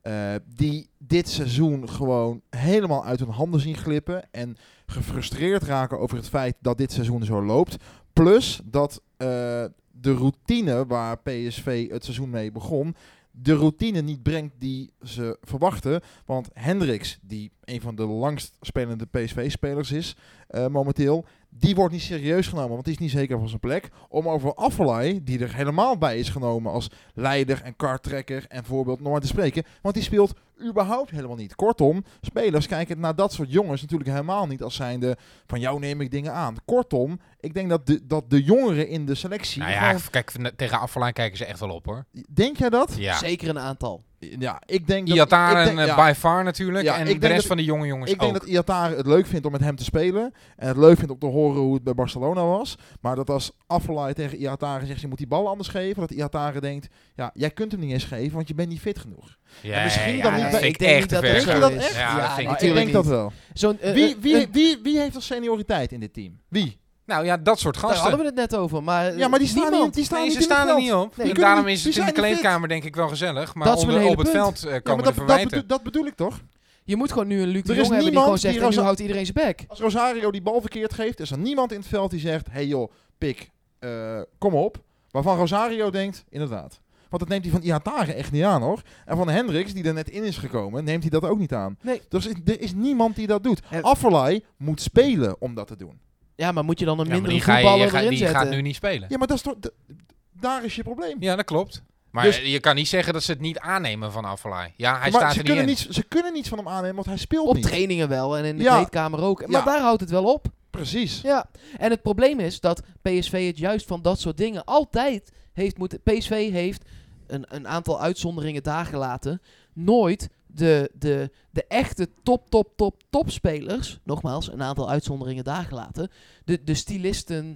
B: Die dit seizoen gewoon helemaal uit hun handen zien glippen. En gefrustreerd raken over het feit dat dit seizoen zo loopt. Plus dat de routine waar PSV het seizoen mee begon... de routine niet brengt die ze verwachten. Want Hendricks, die een van de langst spelende PSV-spelers is momenteel... die wordt niet serieus genomen, want die is niet zeker van zijn plek. Om over Afellay, die er helemaal bij is genomen als leider en karttrekker en voorbeeld, nog maar te spreken. Want die speelt überhaupt helemaal niet. Kortom, spelers kijken naar dat soort jongens natuurlijk helemaal niet als zijnde van jou neem ik dingen aan. Kortom, ik denk dat de jongeren in de selectie...
C: Nou ja, kijk, tegen Afellay kijken ze echt wel op, hoor.
B: Denk jij dat?
C: Ja.
A: Zeker een aantal.
B: Ja, ik denk dat...
C: Iataren by far natuurlijk. Ja, en de rest van de jonge jongens
B: Ik denk
C: ook.
B: dat Iataren het leuk vindt om met hem te spelen. En het leuk vindt om te horen hoe het bij Barcelona was. Maar dat als Afellay tegen Iataren zegt, je moet die bal anders geven. Dat Iataren denkt, ja, jij kunt hem niet eens geven, want je bent niet fit genoeg.
C: Ja,
B: en misschien
C: ja,
B: dan
C: ja,
B: niet
C: dat
B: bij-
C: vind ik echt te ver.
B: Denk je dat echt?
C: Ja, dat
A: Ja,
C: vind
B: Maar
C: ik
B: ik denk dat
A: natuurlijk
B: wel. Wie heeft er senioriteit in dit team? Wie?
C: Nou ja, dat soort
A: Daar
C: gasten.
A: hadden we het net over, maar...
B: Ja, maar die staan
A: niemand.
B: niet, die staan
C: Nee,
B: niet
C: ze
B: in het
C: staan er
B: veld.
C: niet op.
A: Nee,
C: En
B: die
C: daarom
B: kunnen
C: is
B: niet-
C: het in
B: die
C: de
B: zijn niet
C: kleedkamer denk ik wel gezellig. Maar
A: Dat is mijn
C: op
A: hele
C: het
A: punt.
C: veld
B: Ja,
C: komen
B: maar
C: de verwijten.
B: dat bedoel ik toch?
A: Je moet gewoon nu een Luc de
B: Er is
A: Jong hebben die
B: niemand
A: gewoon zegt,
B: die
A: en nu
B: Rosa-
A: houdt iedereen zijn bek.
B: Als Rosario die bal verkeerd geeft, is er niemand in het veld die zegt, hey joh, pik, kom op. Waarvan Rosario denkt, inderdaad. Want dat neemt hij van Iataren echt niet aan, hoor. En van Hendricks, die er net in is gekomen, neemt hij dat ook niet aan.
A: Nee.
B: Dus er is niemand die dat doet.
A: En-
B: Afellay moet spelen om dat te doen.
A: Ja, maar moet je dan een
C: Ja, maar
A: mindere
C: die
A: voetballer erin
C: die
A: zetten?
C: gaat nu niet spelen.
B: Ja, maar dat is toch... daar is je probleem.
C: Ja, dat klopt. Maar
B: Dus-
C: je kan niet zeggen dat ze het niet aannemen van Afellay. Ja, hij
B: maar
C: staat er niet in.
B: ze kunnen niets van hem aannemen, want hij speelt
A: Op
B: niet.
A: trainingen wel en in de
B: Ja.
A: kleedkamer ook. Maar
B: Ja.
A: daar houdt het wel op.
B: Precies.
A: Ja, en het probleem is dat PSV het juist van dat soort dingen altijd heeft moeten... PSV heeft een aantal uitzonderingen daar gelaten. Nooit de echte topspelers, nogmaals, een aantal uitzonderingen daar gelaten. De stylisten,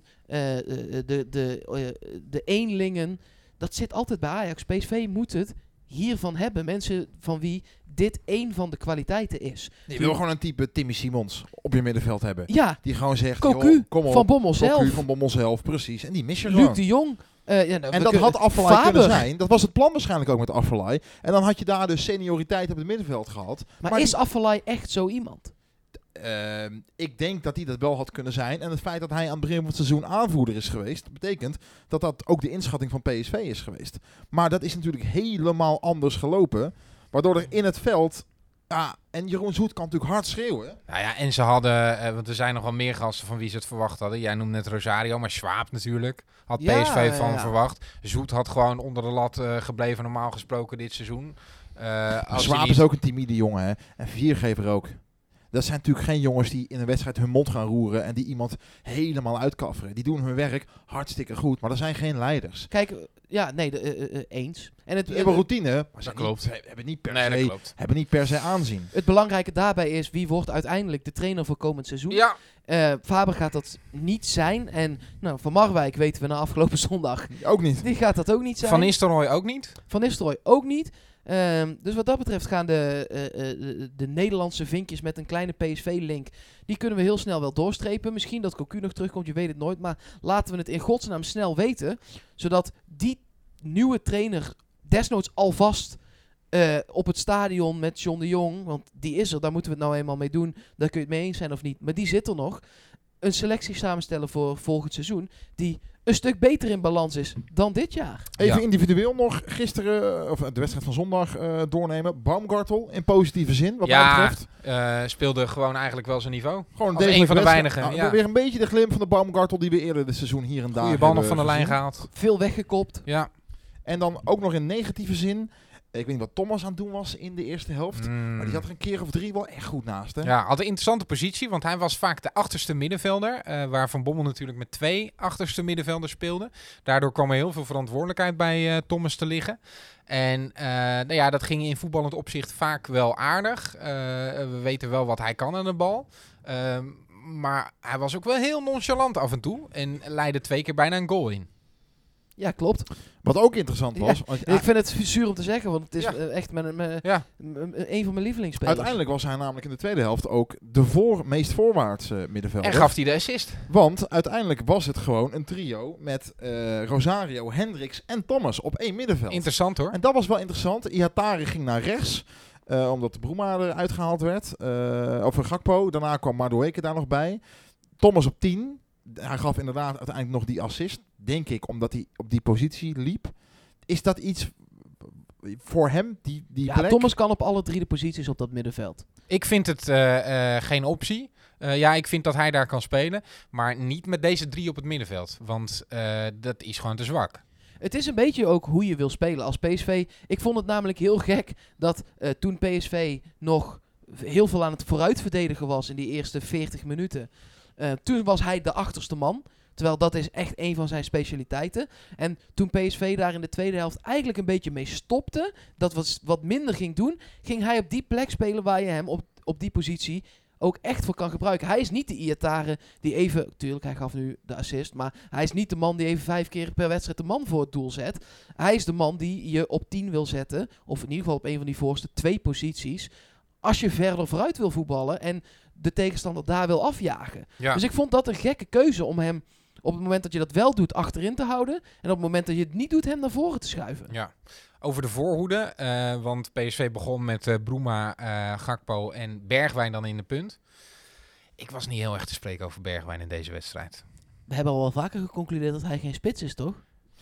A: de eenlingen, dat zit altijd bij Ajax. PSV moet het hiervan hebben. Mensen van wie dit één van de kwaliteiten is.
B: Je wil gewoon een type Timmy Simons op je middenveld hebben.
A: Ja,
B: Die gewoon zegt,
A: Cocu
B: joh, kom op.
A: van Bommel zelf.
B: Cocu van Bommel zelf, precies. En die mis je
A: Luc
B: gewoon.
A: de Jong.
B: En dat had Afellay kunnen zijn. Dat was het plan waarschijnlijk ook met Afellay. En dan had je daar dus senioriteit op het middenveld gehad.
A: Maar is Afellay echt zo iemand?
B: Ik denk dat hij dat wel had kunnen zijn. En het feit dat hij aan het begin van het seizoen aanvoerder is geweest, betekent dat dat ook de inschatting van PSV is geweest. Maar dat is natuurlijk helemaal anders gelopen. Waardoor er in het veld... Ja, en Jeroen Zoet kan natuurlijk hard schreeuwen.
C: Nou ja, en ze hadden, want er zijn nog wel meer gasten van wie ze het verwacht hadden. Jij noemde net Rosario, maar Schwab natuurlijk had
A: Ja,
C: PSV van
A: ja.
C: verwacht. Zoet had gewoon onder de lat gebleven normaal gesproken dit seizoen.
B: Zwaap is ook een timide jongen, hè. En Viergever ook. Dat zijn natuurlijk geen jongens die in een wedstrijd hun mond gaan roeren en die iemand helemaal uitkafferen. Die doen hun werk hartstikke goed, maar dat zijn geen leiders.
A: Kijk, eens. En
B: Die hebben routine, maar ze
C: klopt.
B: hebben niet
C: klopt.
B: per se aanzien.
A: Het belangrijke daarbij is, wie wordt uiteindelijk de trainer voor komend seizoen?
C: Ja,
A: Faber gaat dat niet zijn. En Van Marwijk weten we na afgelopen zondag,
B: Ook niet.
A: die gaat dat ook niet zijn.
C: Van Nistelrooy ook niet.
A: Van Nistelrooy ook niet. Dus wat dat betreft gaan de Nederlandse vinkjes met een kleine PSV-link, die kunnen we heel snel wel doorstrepen. Misschien dat Cocu nog terugkomt, je weet het nooit. Maar laten we het in godsnaam snel weten, zodat die nieuwe trainer desnoods alvast op het stadion met John de Jong, want die is er, daar moeten we het nou eenmaal mee doen. Daar kun je het mee eens zijn of niet. Maar die zit er nog. Een selectie samenstellen voor volgend seizoen die een stuk beter in balans is dan dit jaar.
B: Even
C: Ja.
B: individueel nog gisteren, of de wedstrijd van zondag doornemen. Baumgartel in positieve zin, wat mij
C: Ja,
B: betreft.
C: speelde gewoon eigenlijk wel zijn niveau.
B: Gewoon
C: als
B: deze
C: een van de
B: wedstrijd.
C: weinigen,
B: Nou,
C: ja.
B: Weer een beetje de glimp van de Baumgartel die we eerder dit seizoen hier en daar
C: Goede bal nog
B: hebben
C: van de lijn
B: gezien.
C: gehaald.
A: Veel weggekopt.
C: Ja.
B: En dan ook nog in negatieve zin. Ik weet niet wat Thomas aan het doen was in de eerste helft. Maar die zat er een keer of 3 wel echt goed naast. Hè?
C: Ja, had een interessante positie, want hij was vaak de achterste middenvelder. Waar Van Bommel natuurlijk met 2 achterste middenvelders speelde. Daardoor kwam er heel veel verantwoordelijkheid bij Thomas te liggen. En dat ging in voetballend opzicht vaak wel aardig. We weten wel wat hij kan aan de bal. Maar hij was ook wel heel nonchalant af en toe. En leidde 2 keer bijna een goal in.
A: Ja, klopt.
B: Wat ook interessant was. want,
A: Ik vind het zuur om te zeggen, want het is
C: Ja.
A: echt
C: Ja.
A: een van mijn lievelingsspelers.
B: uiteindelijk was hij namelijk in de tweede helft ook de meest voorwaartse middenvelder.
C: En gaf hij de assist.
B: Want uiteindelijk was het gewoon een trio met Rosario, Hendricks en Thomas op 1 middenveld.
C: Interessant hoor.
B: En dat was wel interessant. Ihatare ging naar rechts. Omdat de Bruma eruit gehaald werd. Of Gakpo. Daarna kwam Madueke daar nog bij. Thomas op 10. Hij gaf inderdaad uiteindelijk nog die assist. Denk ik, omdat hij op die positie liep. Is dat iets voor hem, die plek?
A: Thomas kan op alle 3 de posities op dat middenveld.
C: Ik vind het geen optie. Ik vind dat hij daar kan spelen. Maar niet met deze 3 op het middenveld. Want dat is gewoon te zwak.
A: Het is een beetje ook hoe je wil spelen als PSV. Ik vond het namelijk heel gek dat toen PSV nog heel veel aan het vooruitverdedigen was in die eerste 40 minuten. Toen was hij de achterste man. Terwijl dat is echt een van zijn specialiteiten. En toen PSV daar in de tweede helft eigenlijk een beetje mee stopte, dat wat minder ging doen, ging hij op die plek spelen waar je hem op die positie ook echt voor kan gebruiken. Hij is niet de Ihatare die even, tuurlijk hij gaf nu de assist, maar hij is niet de man die even 5 keer per wedstrijd de man voor het doel zet. Hij is de man die je op 10 wil zetten, of in ieder geval op een van die voorste 2 posities, als je verder vooruit wil voetballen en de tegenstander daar wil afjagen.
C: Ja.
A: Dus ik vond dat een gekke keuze om hem op het moment dat je dat wel doet achterin te houden en op het moment dat je het niet doet hem naar voren te schuiven.
C: Ja. Over de voorhoede, want PSV begon met Bruma, Gakpo en Bergwijn dan in de punt. Ik was niet heel erg te spreken over Bergwijn in deze wedstrijd.
A: We hebben al wel vaker geconcludeerd dat hij geen spits is, toch?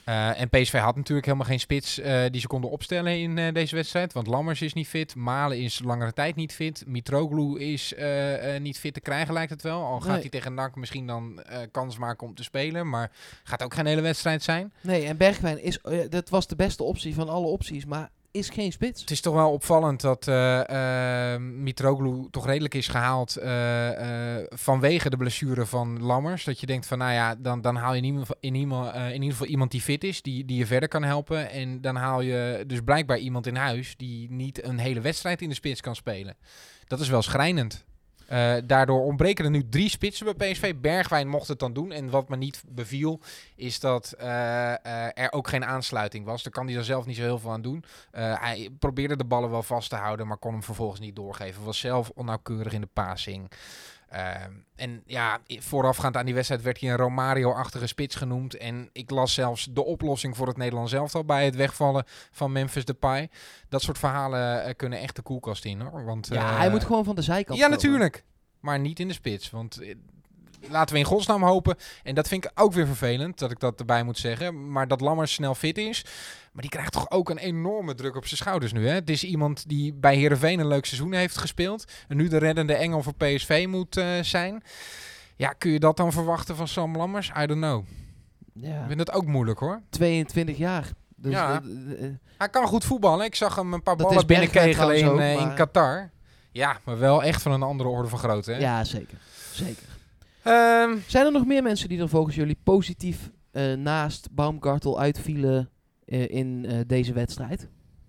C: En PSV had natuurlijk helemaal geen spits die ze konden opstellen in deze wedstrijd. Want Lammers is niet fit. Malen is langere tijd niet fit. Mitroglou is niet fit te krijgen, lijkt het wel. Al gaat hij tegen NAC misschien dan kans maken om te spelen. Maar gaat ook geen hele wedstrijd zijn.
A: Nee, en Bergwijn dat was de beste optie van alle opties. Maar is geen spits.
C: Het is toch wel opvallend dat Mitroglou toch redelijk is gehaald vanwege de blessure van Lammers. Dat je denkt van, nou ja, dan haal je in ieder geval iemand die fit is, die je verder kan helpen. En dan haal je dus blijkbaar iemand in huis die niet een hele wedstrijd in de spits kan spelen. Dat is wel schrijnend. Daardoor ontbreken er nu 3 spitsen bij PSV. Bergwijn mocht het dan doen. En wat me niet beviel, is dat er ook geen aansluiting was. Daar kan hij er zelf niet zo heel veel aan doen. Hij probeerde de ballen wel vast te houden, maar kon hem vervolgens niet doorgeven. Was zelf onnauwkeurig in de passing. En ja, voorafgaand aan die wedstrijd werd hij een Romario-achtige spits genoemd. En ik las zelfs de oplossing voor het Nederlands elftal bij het wegvallen van Memphis Depay. Dat soort verhalen kunnen echt de koelkast in, hoor. Want,
A: hij moet gewoon van de zijkant
C: Ja,
A: komen.
C: natuurlijk. Maar niet in de spits. Want laten we in godsnaam hopen. En dat vind ik ook weer vervelend, dat ik dat erbij moet zeggen. Maar dat Lammers snel fit is. Maar die krijgt toch ook een enorme druk op zijn schouders nu. Hè? Het is iemand die bij Heerenveen een leuk seizoen heeft gespeeld. En nu de reddende engel voor PSV moet zijn. Ja, kun je dat dan verwachten van Sam Lammers? I don't know.
A: Ja.
C: Ik vind het ook moeilijk, hoor.
A: 22 jaar. Dus
C: Ja. Hij kan goed voetballen. Ik zag hem een paar
A: Dat
C: ballen
A: is Bergwijn
C: binnenkegelen
A: trouwens ook,
C: in
A: maar-
C: Qatar. Ja, maar wel echt van een andere orde van grootte. Hè?
A: Ja, zeker. Zeker.
C: Ehm,
A: Zijn er nog meer mensen die er volgens jullie positief naast Baumgartel uitvielen in deze wedstrijd?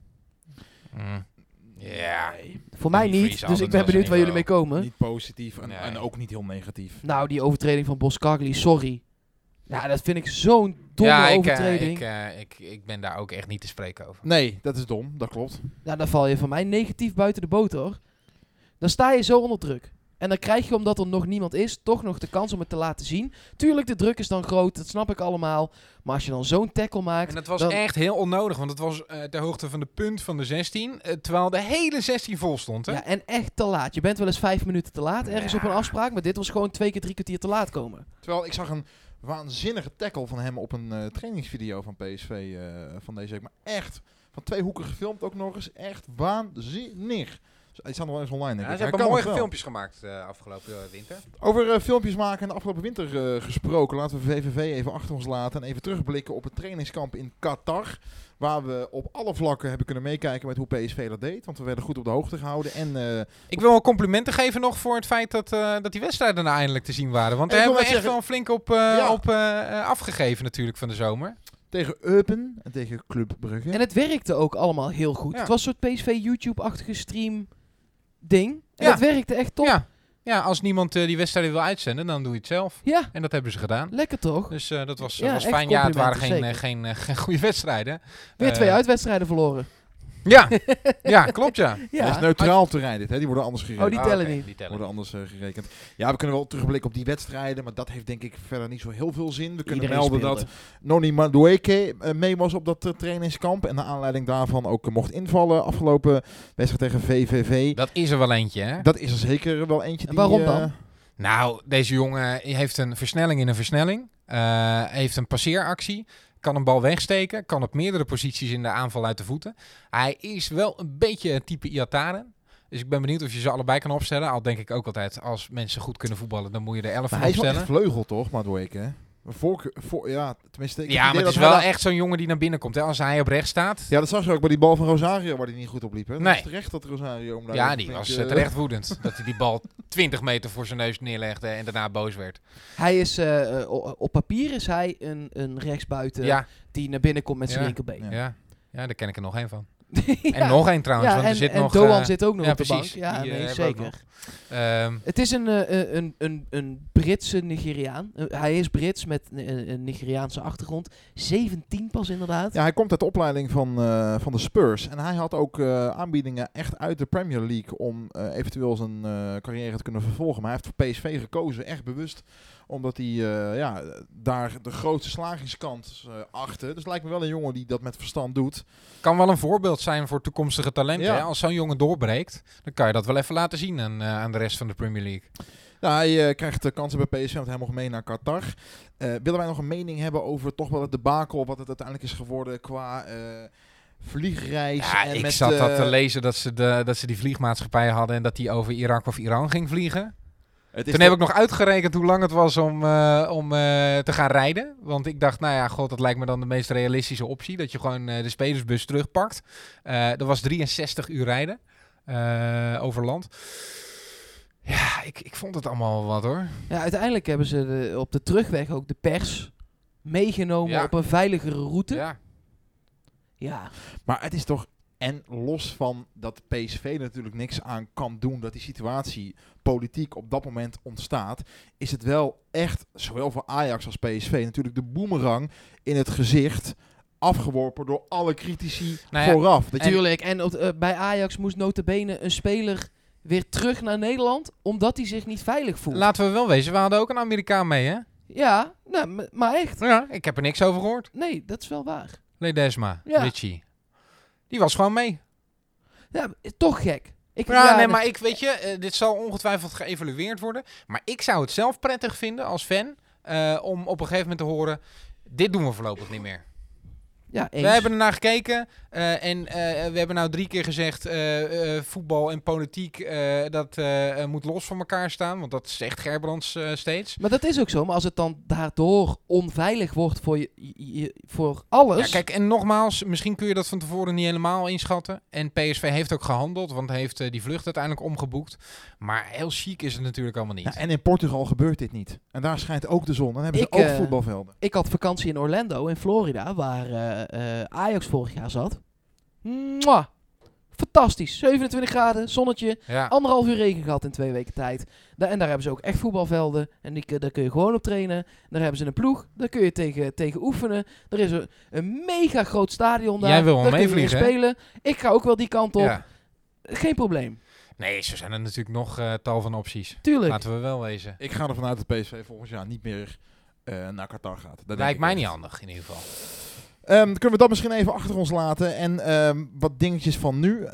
C: Ja.
A: Voor mij
C: Die
A: niet,
C: Vries
A: dus
C: altijd
A: ik ben
C: wel
A: benieuwd waar
C: zijn
A: jullie mee komen.
B: Niet positief en,
C: Nee.
B: en ook niet heel negatief.
A: Nou, die overtreding van Boskagli, sorry. Ja, dat vind ik zo'n domme
C: Ja,
A: overtreding.
C: ik ben daar ook echt niet te spreken over.
B: Nee, dat is dom, dat klopt.
A: Nou, dan val je van mij negatief buiten de boot, hoor. Dan sta je zo onder druk. En dan krijg je, omdat er nog niemand is, toch nog de kans om het te laten zien. Tuurlijk, de druk is dan groot, dat snap ik allemaal. Maar als je dan zo'n tackle maakt...
C: En dat was
A: dan-
C: echt heel onnodig, want het was ter hoogte van de punt van de 16, terwijl de hele 16 vol stond. Hè?
A: Ja, en echt te laat. Je bent wel eens 5 minuten te laat ergens op een afspraak. Maar dit was gewoon 2 keer 3 kwartier te laat komen.
B: Terwijl ik zag een waanzinnige tackle van hem op een trainingsvideo van PSV van deze week. Maar echt, van 2 hoeken gefilmd ook nog eens. Echt waanzinnig. Die staan nog wel eens online, denk ik.
C: ze
B: Hij
C: hebben
B: kan
C: mooie
B: het wel.
C: filmpjes gemaakt afgelopen winter.
B: Over filmpjes maken in de afgelopen winter gesproken. Laten we VVV even achter ons laten. En even terugblikken op het trainingskamp in Qatar. Waar we op alle vlakken hebben kunnen meekijken met hoe PSV dat deed. Want we werden goed op de hoogte gehouden. En
C: Ik wil wel complimenten geven nog voor het feit dat die wedstrijden nou eindelijk te zien waren. Want
B: En
C: daar
B: ik
C: hebben we
B: wil
C: echt
B: net
C: wel flink op afgegeven natuurlijk van de zomer.
B: tegen Eupen en tegen Club Brugge.
A: En het werkte ook allemaal heel goed.
C: Ja.
A: Het was een soort PSV YouTube-achtige stream ding. En
C: Ja.
A: het werkte echt top.
C: Ja, als niemand die wedstrijden wil uitzenden, dan doe je het zelf.
A: Ja,
C: En dat hebben ze gedaan.
A: lekker toch?
C: Dus dat was
A: Ja, echt
C: fijn. Ja, het waren
A: complimenten,
C: geen goede wedstrijden.
A: Weer 2 uitwedstrijden verloren.
C: Ja, klopt ja.
B: Het
A: Ja.
B: is neutraal terrein dit, hè? Die worden anders gerekend.
A: Oh, die tellen niet.
C: Die tellen
B: Worden anders gerekend. Ja, we kunnen wel terugblikken op die wedstrijden, maar dat heeft denk ik verder niet zo heel veel zin. We kunnen
A: Iedereen
B: melden
A: speelde.
B: dat Noni Madueke mee was op dat trainingskamp en naar aanleiding daarvan ook mocht invallen afgelopen wedstrijd tegen VVV.
C: Dat is er wel eentje, hè?
B: Dat is er zeker wel eentje.
A: En
B: Die,
A: waarom dan?
C: Nou, deze jongen heeft een versnelling in een versnelling. Heeft een passeeractie. Kan een bal wegsteken. Kan op meerdere posities in de aanval uit de voeten. Hij is wel een beetje het type Iataren. Dus ik ben benieuwd of je ze allebei kan opstellen. Al denk ik ook altijd, als mensen goed kunnen voetballen, dan moet je er 11
B: Maar
C: van
B: hij is wel echt
C: opstellen.
B: vleugel toch, Madueke? Hè? Ja, tenminste. ik heb
C: Ja,
B: het
C: maar
B: idee
C: het is
B: dat
C: wel
B: hij
C: echt zo'n jongen die naar binnen komt. Hè? Als hij op rechts staat.
B: Ja, dat zag je ook bij die bal van Rosario waar hij niet goed op liep. Hè? Dat
C: Nee.
B: is terecht dat Rosario hem daar
C: Ja,
B: even
C: die
B: flink,
C: was terecht woedend. Dat hij die bal 20 meter voor zijn neus neerlegde en daarna boos werd.
A: Hij is, op papier is hij een rechtsbuiten
C: Ja,
A: die naar binnen komt met zijn
C: Ja.
A: linkerbeen.
C: ja. Ja, daar ken ik er nog één van.
A: Ja.
C: En nog één trouwens,
A: Ja,
C: want er zit
A: en
C: nog...
A: Doan zit ook nog
C: ja,
A: op de
C: precies.
A: bank. Ja,
C: Die,
A: nee,
C: hebben we ook
A: zeker.
C: nog.
A: Het is een Britse Nigeriaan. Hij is Brits met een Nigeriaanse achtergrond. 17 pas inderdaad.
B: Ja, hij komt uit de opleiding van de Spurs. En hij had ook aanbiedingen echt uit de Premier League om eventueel zijn carrière te kunnen vervolgen. Maar hij heeft voor PSV gekozen, echt bewust. Omdat hij daar de grootste slagingskans achtte. Dus het lijkt me wel een jongen die dat met verstand doet.
C: Kan wel een voorbeeld zijn voor toekomstige talenten.
B: Ja.
C: Hè? Als zo'n jongen doorbreekt, dan kan je dat wel even laten zien aan de rest van de Premier League.
B: Nou, hij krijgt kansen bij PSV, want hij mocht mee naar Qatar. Willen wij nog een mening hebben over toch wel het debakel, wat het uiteindelijk is geworden qua vliegreis?
C: Ja,
B: en
C: ik
B: met,
C: zat dat te lezen dat ze die vliegmaatschappij hadden en dat die over Irak of Iran ging vliegen. Toen heb ik nog uitgerekend hoe lang het was om te gaan rijden. Want ik dacht, nou ja, god, dat lijkt me dan de meest realistische optie. Dat je gewoon de spelersbus terugpakt. Dat was 63 uur rijden over land. Ja, ik vond het allemaal wel wat hoor.
A: Ja, uiteindelijk hebben ze op de terugweg ook de pers meegenomen op een veiligere route. Ja.
B: Maar het is toch... En los van dat PSV er natuurlijk niks aan kan doen, dat die situatie politiek op dat moment ontstaat, is het wel echt, zowel voor Ajax als PSV, natuurlijk de boemerang in het gezicht afgeworpen door alle critici vooraf.
A: Natuurlijk. En bij Ajax moest nota bene een speler weer terug naar Nederland, omdat hij zich niet veilig voelt.
C: Laten we wel wezen, we hadden ook een Amerikaan mee, hè?
A: Ja, nou, maar echt.
C: Ja, ik heb er niks over gehoord.
A: Nee, dat is wel waar.
C: Ledesma, Richie. Die was gewoon mee.
A: Ja, toch gek.
C: Maar ik weet je, dit zal ongetwijfeld geëvalueerd worden. Maar ik zou het zelf prettig vinden als fan om op een gegeven moment te horen, dit doen we voorlopig niet meer.
A: Ja, eens.
C: We hebben ernaar gekeken en we hebben nou 3 keer gezegd, voetbal en politiek, dat moet los van elkaar staan. Want dat zegt Gerbrands steeds.
A: Maar dat is ook zo. Maar als het dan daardoor onveilig wordt voor alles...
C: Ja, kijk, en nogmaals, misschien kun je dat van tevoren niet helemaal inschatten. En PSV heeft ook gehandeld, want heeft die vlucht uiteindelijk omgeboekt. Maar heel chic is het natuurlijk allemaal niet.
B: Ja, en in Portugal gebeurt dit niet. En daar schijnt ook de zon. Dan hebben ze ook voetbalvelden.
A: Ik had vakantie in Orlando, in Florida, waar Ajax vorig jaar zat. Mwah! Fantastisch. 27 graden, zonnetje.
C: Ja.
A: 1,5 uur regen gehad in 2 weken tijd. En daar hebben ze ook echt voetbalvelden. En daar kun je gewoon op trainen. Daar hebben ze een ploeg. Daar kun je tegen oefenen. Er is een mega groot stadion daar.
C: Jij wil wel
A: daar
C: meevliegen,
A: kun je spelen. Ik ga ook wel die kant op.
C: Ja.
A: Geen probleem.
C: Nee, zo zijn er natuurlijk nog tal van opties.
A: Tuurlijk.
C: Laten we wel wezen.
B: Ik ga ervan uit dat PSV volgend jaar niet meer naar Qatar gaat. Dat
C: lijkt mij niet handig in ieder geval.
B: Kunnen we dat misschien even achter ons laten en wat dingetjes van nu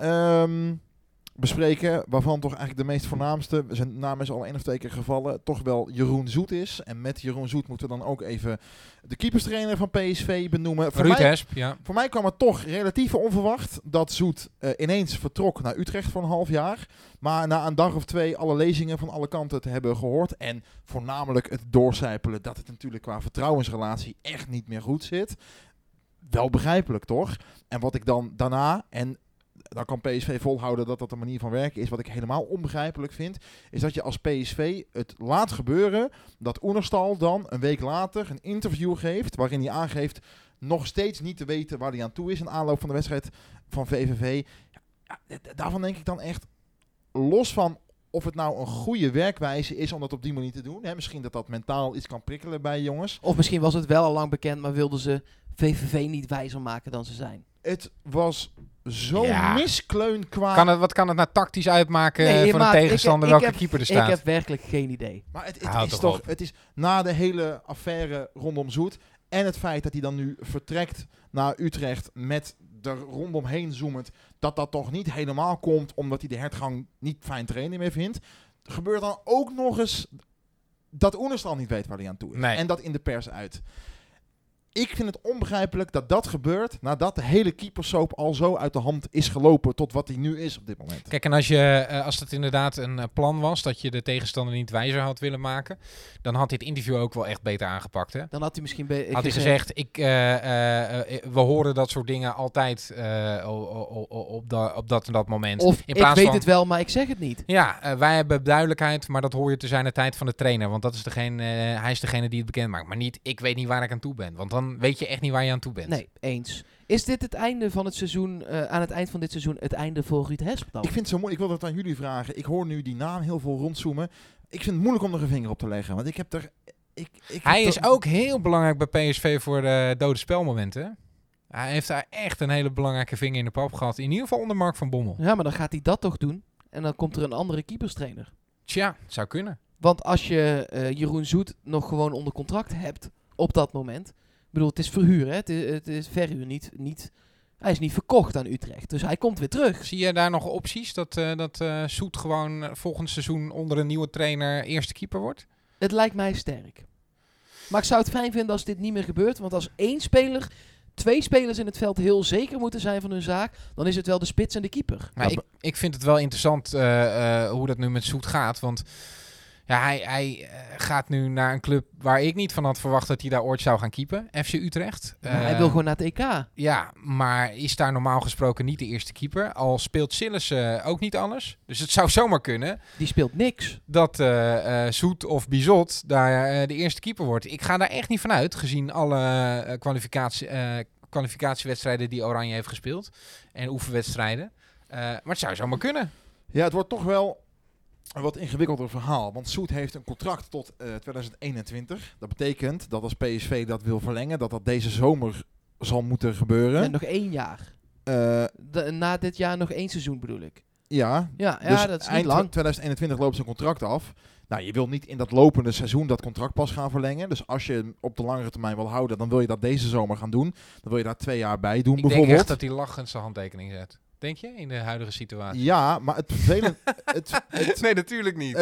B: bespreken, waarvan toch eigenlijk de meest voornaamste, zijn naam is al 1 of 2 keer gevallen, toch wel Jeroen Zoet is. En met Jeroen Zoet moeten we dan ook even de keeperstrainer van PSV benoemen.
C: Ruud Hesp, ja.
B: Voor mij kwam het toch relatief onverwacht dat Zoet ineens vertrok naar Utrecht voor een half jaar. Maar na een dag of 2 alle lezingen van alle kanten te hebben gehoord. En voornamelijk het doorcijpelen dat het natuurlijk qua vertrouwensrelatie echt niet meer goed zit. Wel begrijpelijk, toch? En wat ik dan daarna, en dan kan PSV volhouden dat dat de manier van werken is, wat ik helemaal onbegrijpelijk vind, is dat je als PSV het laat gebeuren dat Oenerstal dan een week later een interview geeft, waarin hij aangeeft nog steeds niet te weten waar hij aan toe is in aanloop van de wedstrijd van VVV. Ja, daarvan denk ik dan echt, los van of het nou een goede werkwijze is om dat op die manier te doen. Hè, misschien dat mentaal iets kan prikkelen bij jongens.
A: Of misschien was het wel al lang bekend, maar wilden ze VVV niet wijzer maken dan ze zijn.
B: Het was zo miskleun qua...
C: Wat kan het nou tactisch uitmaken voor een tegenstander welke keeper er staat?
A: Ik heb werkelijk geen idee.
B: Maar het is na de hele affaire rondom Zoet en het feit dat hij dan nu vertrekt naar Utrecht met er rondomheen zoemend, dat toch niet helemaal komt omdat hij de hertgang niet fijn trainen meer vindt. Gebeurt dan ook nog eens dat Oenerstal niet weet waar hij aan toe is.
C: Nee.
B: En dat in de pers uit. Ik vind het onbegrijpelijk dat dat gebeurt nadat de hele keepersoap al zo uit de hand is gelopen tot wat hij nu is op dit moment.
C: Kijk, en als het inderdaad een plan was dat je de tegenstander niet wijzer had willen maken, dan had dit interview ook wel echt beter aangepakt. Hè?
A: Dan had hij misschien
C: gezegd, we horen dat soort dingen altijd op dat en dat moment.
A: Of ik weet het wel, maar ik zeg het niet.
C: Ja, wij hebben duidelijkheid, maar dat hoor je te zijn de tijd van de trainer. Want dat is hij is degene die het bekend maakt. Maar niet, ik weet niet waar ik aan toe ben. Want dan weet je echt niet waar je aan toe bent.
A: Nee, eens. Is dit het einde van het seizoen, aan het eind van dit seizoen, het einde voor Ruud Hesp dan?
B: Ik vind het zo mooi. Ik wil dat aan jullie vragen. Ik hoor nu die naam heel veel rondzoomen. Ik vind het moeilijk om er een vinger op te leggen. Want ik heb er...
C: Hij is ook heel belangrijk bij PSV voor de dode spelmomenten. Hij heeft daar echt een hele belangrijke vinger in de pap gehad. In ieder geval onder Mark van Bommel.
A: Ja, maar dan gaat hij dat toch doen. En dan komt er een andere keeperstrainer.
C: Tja, het zou kunnen.
A: Want als je Jeroen Zoet nog gewoon onder contract hebt op dat moment. Ik bedoel, het is verhuur, hè? Het is verhuur, niet Hij is niet verkocht aan Utrecht, dus hij komt weer terug.
C: Zie je daar nog opties dat Soet gewoon volgend seizoen onder een nieuwe trainer eerste keeper wordt?
A: Het lijkt mij sterk. Maar ik zou het fijn vinden als dit niet meer gebeurt. Want als 2 spelers in het veld heel zeker moeten zijn van hun zaak, dan is het wel de spits en de keeper.
C: Maar ik vind het wel interessant hoe dat nu met Soet gaat. Want ja, hij gaat nu naar een club waar ik niet van had verwacht dat hij daar ooit zou gaan keepen. FC Utrecht.
A: Maar hij wil gewoon naar het EK.
C: Ja, maar is daar normaal gesproken niet de eerste keeper. Al speelt Sillissen ook niet anders. Dus het zou zomaar kunnen
A: Die speelt niks.
C: dat Soet of Bizot daar de eerste keeper wordt. Ik ga daar echt niet van uit, gezien alle kwalificatiewedstrijden die Oranje heeft gespeeld. En oefenwedstrijden. Maar het zou zomaar kunnen.
B: Ja, het wordt toch wel een wat ingewikkelder verhaal. Want Soet heeft een contract tot 2021. Dat betekent dat als PSV dat wil verlengen, dat deze zomer zal moeten gebeuren.
A: En nog 1 jaar. Na dit jaar nog 1 seizoen bedoel ik.
B: Ja,
A: Ja,
B: dus
A: dat is niet
B: eind
A: lang.
B: 2021 loopt zijn contract af. Nou, je wil niet in dat lopende seizoen dat contract pas gaan verlengen. Dus als je hem op de langere termijn wil houden, dan wil je dat deze zomer gaan doen. Dan wil je daar 2 jaar bij doen,
C: Ik
B: bijvoorbeeld.
C: denk echt dat hij lachend zijn handtekening zet. Denk je, in de huidige situatie?
B: Ja, maar het vervelende...
C: Nee, natuurlijk niet.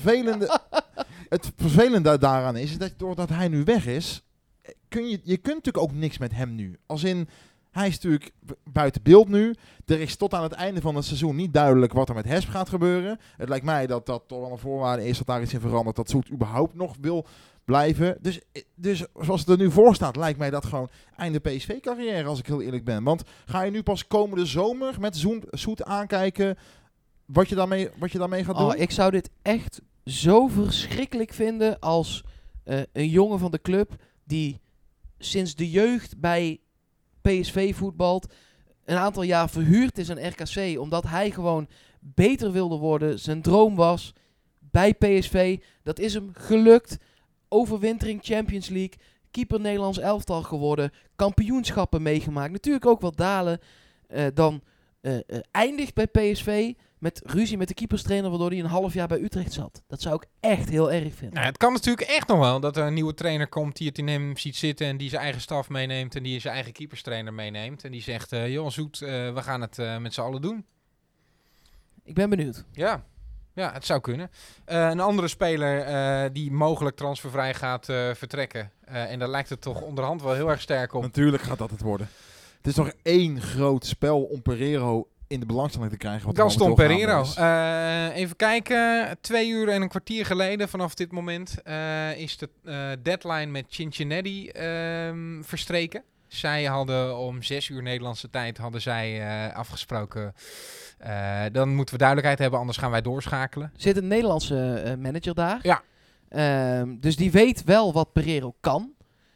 B: Het vervelende daaraan is dat doordat hij nu weg is, je kunt natuurlijk ook niks met hem nu. Als in, hij is natuurlijk buiten beeld nu. Er is tot aan het einde van het seizoen niet duidelijk wat er met Hesp gaat gebeuren. Het lijkt mij dat dat toch wel een voorwaarde is dat daar iets in verandert, dat Soet überhaupt nog wil blijven. Dus zoals het er nu voor staat, lijkt mij dat gewoon einde PSV-carrière, als ik heel eerlijk ben. Want ga je nu pas komende zomer met Soet aankijken wat je daarmee gaat doen?
A: Ik zou dit echt zo verschrikkelijk vinden als een jongen van de club die sinds de jeugd bij PSV voetbalt, een aantal jaar verhuurd is aan RKC, omdat hij gewoon beter wilde worden. Zijn droom was bij PSV. Dat is hem gelukt. Overwintering Champions League. Keeper Nederlands elftal geworden. Kampioenschappen meegemaakt. Natuurlijk ook wel dalen. Dan eindigt bij PSV met ruzie met de keeperstrainer, waardoor hij een half jaar bij Utrecht zat. Dat zou ik echt heel erg vinden.
C: Nou, het kan natuurlijk echt nog wel dat er een nieuwe trainer komt die het in hem ziet zitten en die zijn eigen staf meeneemt en die zijn eigen keeperstrainer meeneemt. En die zegt, joh Soet, we gaan het met z'n allen doen.
A: Ik ben benieuwd.
C: Ja, het zou kunnen. Een andere speler die mogelijk transfervrij gaat vertrekken. En daar lijkt het toch onderhand wel heel erg sterk op.
B: Natuurlijk gaat dat het worden. Het is toch één groot spel om Pereiro in de belangstelling te krijgen. Wat
C: Gaston
B: momenteel
C: Pereiro.
B: gaande is.
C: Even kijken. 2 uur en een kwartier geleden vanaf dit moment is de deadline met Cincinnati verstreken. Zij hadden om 6 uur Nederlandse tijd afgesproken. Dan moeten we duidelijkheid hebben, anders gaan wij doorschakelen.
A: Zit een Nederlandse manager daar.
C: Ja.
A: Dus die weet wel wat Pereiro kan.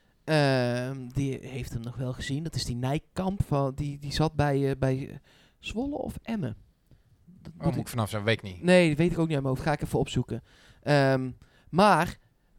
A: Die heeft hem nog wel gezien. Dat is die Nijkamp. Die zat bij Zwolle of Emmen. Dat
C: Moet ik vanaf zijn, weet ik niet.
A: Nee, dat weet ik ook niet uit mijn hoofd. Ga ik even opzoeken. Maar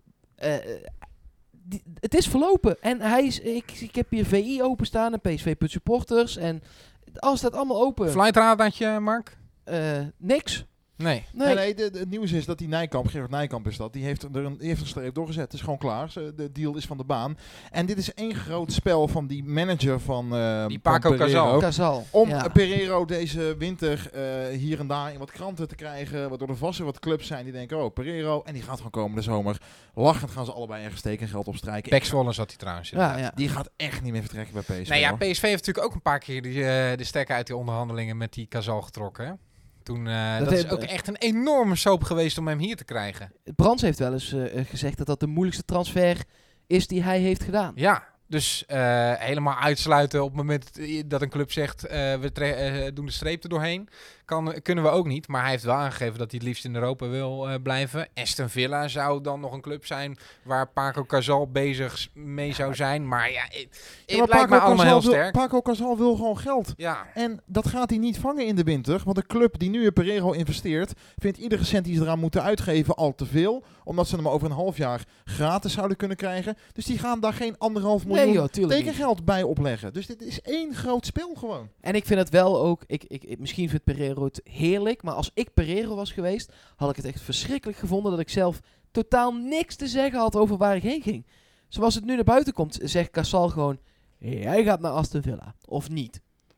A: het is verlopen. En ik heb hier VI openstaan en PSV Put Supporters. En alles staat allemaal open.
C: Flightradartje, Mark?
A: Niks.
C: Nee.
B: Nee, het nieuws is dat die Gerard Nijkamp is dat. Die heeft een streep doorgezet. Het is gewoon klaar. De deal is van de baan. En dit is één groot spel van die manager van
C: die Paco
B: Pereiro.
A: Casal.
B: Om
A: Ja.
B: Pereiro deze winter hier en daar in wat kranten te krijgen. Waardoor er vast wat clubs zijn die denken, oh Pereiro. En die gaat gewoon komende zomer. Lachend gaan ze allebei ergens steken en geld opstrijken.
C: Pek Zwolle zat hij trouwens.
A: Ja.
B: Die gaat echt niet meer vertrekken bij PSV.
C: Nee, ja,
B: hoor.
C: PSV heeft natuurlijk ook een paar keer de stekker uit die onderhandelingen met die Casal getrokken. Hè? Toen, dat is ook echt een enorme soap geweest om hem hier te krijgen.
A: Brands heeft wel eens gezegd dat dat de moeilijkste transfer is die hij heeft gedaan.
C: Ja, dus helemaal uitsluiten op het moment dat een club zegt, we doen de streep er doorheen. Kunnen we ook niet, maar hij heeft wel aangegeven dat hij het liefst in Europa wil blijven. Aston Villa zou dan nog een club zijn waar Paco Casal bezig mee zou zijn. Maar ja, het lijkt me allemaal heel sterk.
B: Paco Casal wil gewoon geld.
C: Ja.
B: En dat gaat hij niet vangen in de winter. Want de club die nu in Pereiro investeert, vindt iedere cent die ze eraan moeten uitgeven al te veel. Omdat ze hem over een half jaar gratis zouden kunnen krijgen. Dus die gaan daar geen 1,5 miljoen tekengeld bij opleggen. Dus dit is één groot spel gewoon.
A: En ik vind het wel ook, misschien vindt Pereiro het heerlijk, maar als ik Pereiro was geweest, had ik het echt verschrikkelijk gevonden dat ik zelf totaal niks te zeggen had over waar ik heen ging. Zoals het nu naar buiten komt, zegt Casal gewoon, jij gaat naar Aston Villa. Of niet.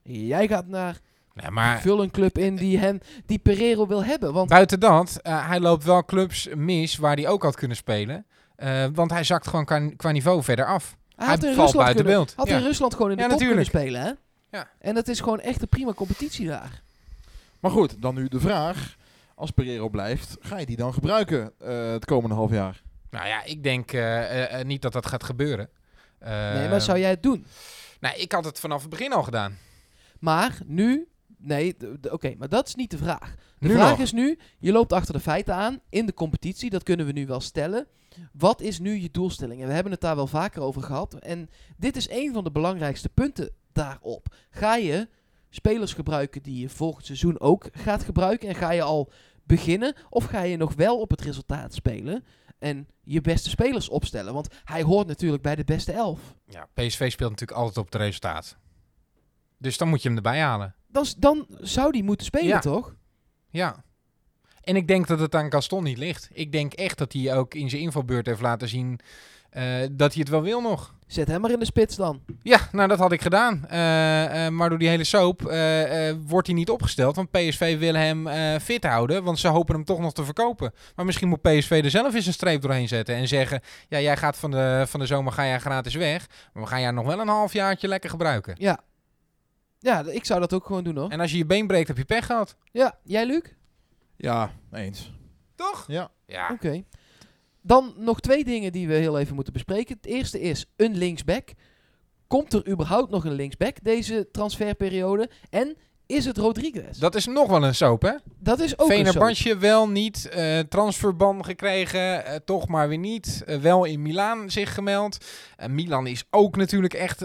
A: Jij gaat naar
C: Nee, maar
A: vul een club in die Pereiro wil hebben. Want
C: buiten dat, hij loopt wel clubs mis waar hij ook had kunnen spelen. Want hij zakt gewoon qua niveau verder af.
A: hij had
C: Hij
A: in
C: valt
A: Rusland
C: buiten
A: kunnen,
C: beeld.
A: had
C: Ja.
A: in Rusland gewoon in de
C: Ja,
A: top kunnen
C: natuurlijk.
A: spelen. Hè?
C: Ja.
A: En dat is gewoon echt een prima competitie daar.
B: Maar goed, dan nu de vraag. Als Pereiro blijft, ga je die dan gebruiken het komende half jaar?
C: Nou ja, ik denk niet dat dat gaat gebeuren.
A: Nee, maar zou jij het doen?
C: Nou, ik had het vanaf het begin al gedaan.
A: Maar nu... Nee, oké, maar dat is niet de vraag. De
C: Nu
A: vraag
C: nog.
A: is nu, je loopt achter de feiten aan in de competitie. Dat kunnen we nu wel stellen. Wat is nu je doelstelling? En we hebben het daar wel vaker over gehad. En dit is een van de belangrijkste punten daarop. Ga je spelers gebruiken die je volgend seizoen ook gaat gebruiken? En ga je al beginnen? Of ga je nog wel op het resultaat spelen? En je beste spelers opstellen? Want hij hoort natuurlijk bij de beste 11.
C: Ja, PSV speelt natuurlijk altijd op het resultaat. Dus dan moet je hem erbij halen.
A: Dan zou die moeten spelen,
C: Ja.
A: toch?
C: Ja. En ik denk dat het aan Gaston niet ligt. Ik denk echt dat hij ook in zijn invalbeurt heeft laten zien dat hij het wel wil nog.
A: Zet hem maar in de spits dan.
C: Ja, nou dat had ik gedaan. Maar door die hele soap wordt hij niet opgesteld. Want PSV wil hem fit houden. Want ze hopen hem toch nog te verkopen. Maar misschien moet PSV er zelf eens een streep doorheen zetten. En zeggen, ja, jij gaat van de zomer ga jij gratis weg. Maar we gaan jou nog wel een halfjaartje lekker gebruiken.
A: Ja. Ja, ik zou dat ook gewoon doen, hoor.
C: En als je je been breekt, heb je pech gehad.
A: Ja, jij, Luc?
B: Ja, eens.
C: Toch?
B: Ja.
C: Ja.
A: Oké. Dan nog 2 dingen die we heel even moeten bespreken. Het eerste is een linksback. Komt er überhaupt nog een linksback deze transferperiode? En is het Rodriguez?
C: Dat is nog wel een soap, hè?
A: Dat is ook een soap.
C: Fenerbahce wel niet. Transferban gekregen. Toch maar weer niet. Wel in Milaan zich gemeld. Milan is ook natuurlijk echt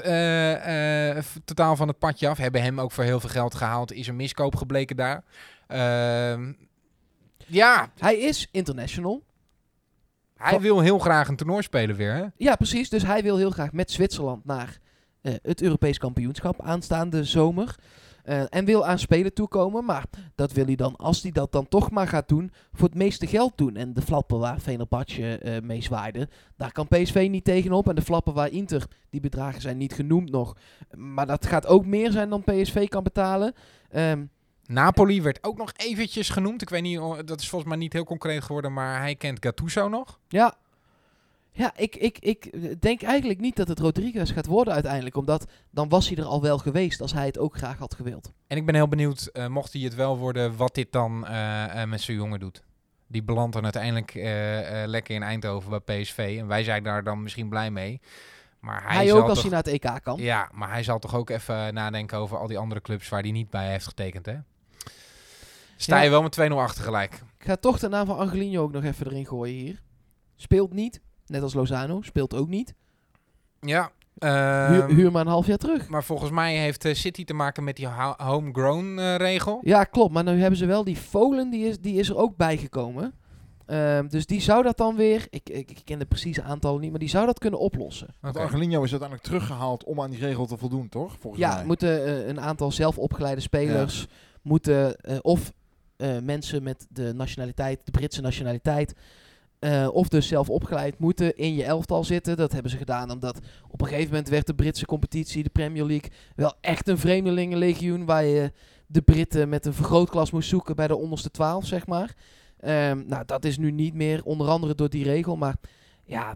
C: totaal van het padje af. Hebben hem ook voor heel veel geld gehaald. Is een miskoop gebleken daar. Ja,
A: Hij is international.
C: hij wil heel graag een toernooi spelen weer, hè?
A: Ja, precies. Dus hij wil heel graag met Zwitserland naar het Europees kampioenschap aanstaande zomer. En wil aan spelen toekomen. Maar dat wil hij dan, als hij dat dan toch maar gaat doen, voor het meeste geld doen. En de flappen waar Fenerbahce mee zwaaide, daar kan PSV niet tegenop. En de flappen waar Inter, die bedragen zijn niet genoemd nog. Maar dat gaat ook meer zijn dan PSV kan betalen.
C: Napoli werd ook nog eventjes genoemd. Ik weet niet, dat is volgens mij niet heel concreet geworden, maar hij kent Gattuso nog.
A: Ja, ik denk eigenlijk niet dat het Rodriguez gaat worden uiteindelijk. Omdat dan was hij er al wel geweest als hij het ook graag had gewild.
C: En ik ben heel benieuwd, mocht hij het wel worden, wat dit dan met zijn jongen doet. Die belandt dan uiteindelijk lekker in Eindhoven bij PSV. En wij zijn daar dan misschien blij mee. Maar
A: Hij
C: zal
A: ook als
C: toch,
A: hij naar het EK kan.
C: Ja, maar hij zal toch ook even nadenken over al die andere clubs waar hij niet bij heeft getekend, hè? Sta je
A: Ja.
C: wel met 2-0 achter gelijk.
A: Ik ga toch de naam van Angelino ook nog even erin gooien hier. Speelt niet, net als Lozano, speelt ook niet.
C: Ja.
A: Huur maar een half jaar terug.
C: Maar volgens mij heeft City te maken met die homegrown regel.
A: Ja, klopt. Maar nu hebben ze wel die Folen, die is er ook bijgekomen. Dus die zou dat dan weer, ik ken de precieze aantallen niet, maar die zou dat kunnen oplossen.
B: Want
C: Oké.
B: Angelino is uiteindelijk teruggehaald om aan die regel te voldoen, toch? Volgens
A: Ja,
B: mij.
A: moeten een aantal zelf opgeleide spelers moeten of mensen met de nationaliteit, de Britse nationaliteit, of dus zelf opgeleid moeten in je elftal zitten. Dat hebben ze gedaan omdat op een gegeven moment werd de Britse competitie, de Premier League, wel echt een vreemdelingenlegioen waar je de Britten met een vergrootglas moest zoeken bij de onderste 12, zeg maar. Nou, dat is nu niet meer, onder andere door die regel. Maar ja,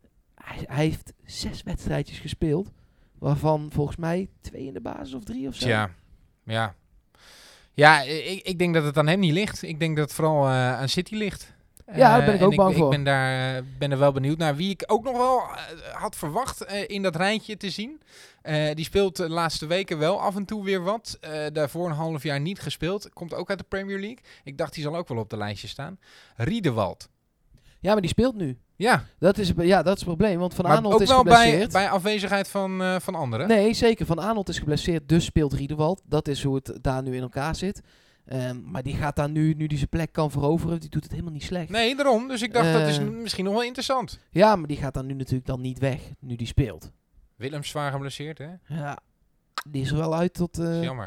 A: hij heeft 6 wedstrijdjes gespeeld. Waarvan volgens mij 2 in de basis of 3 of zo.
C: Tja, ja. Ja, ik denk dat het aan hem niet ligt. Ik denk dat het vooral aan City ligt.
A: Ja, daar ben ik ook bang voor.
C: Ik ben er wel benieuwd naar. Wie ik ook nog wel had verwacht in dat rijtje te zien. Die speelt de laatste weken wel af en toe weer wat. Daarvoor een half jaar niet gespeeld. Komt ook uit de Premier League. Ik dacht, die zal ook wel op de lijstje staan. Riedewald.
A: Ja, maar die speelt nu.
C: Ja,
A: Dat is het probleem. Want Van
C: maar
A: Aanholt
C: ook
A: is
C: wel
A: geblesseerd.
C: bij afwezigheid van anderen.
A: Nee, zeker. Van Aanholt is geblesseerd, dus speelt Riedewald. Dat is hoe het daar nu in elkaar zit. Maar die gaat daar nu die zijn plek kan veroveren, die doet het helemaal niet slecht.
C: Nee, daarom. Dus ik dacht, dat is
A: Eh.
C: misschien nog wel interessant.
A: Ja, maar die gaat dan nu natuurlijk dan niet weg, nu die speelt.
C: Willems zwaar geblesseerd, hè?
A: Ja, die is er wel uit tot
C: Dat is jammer.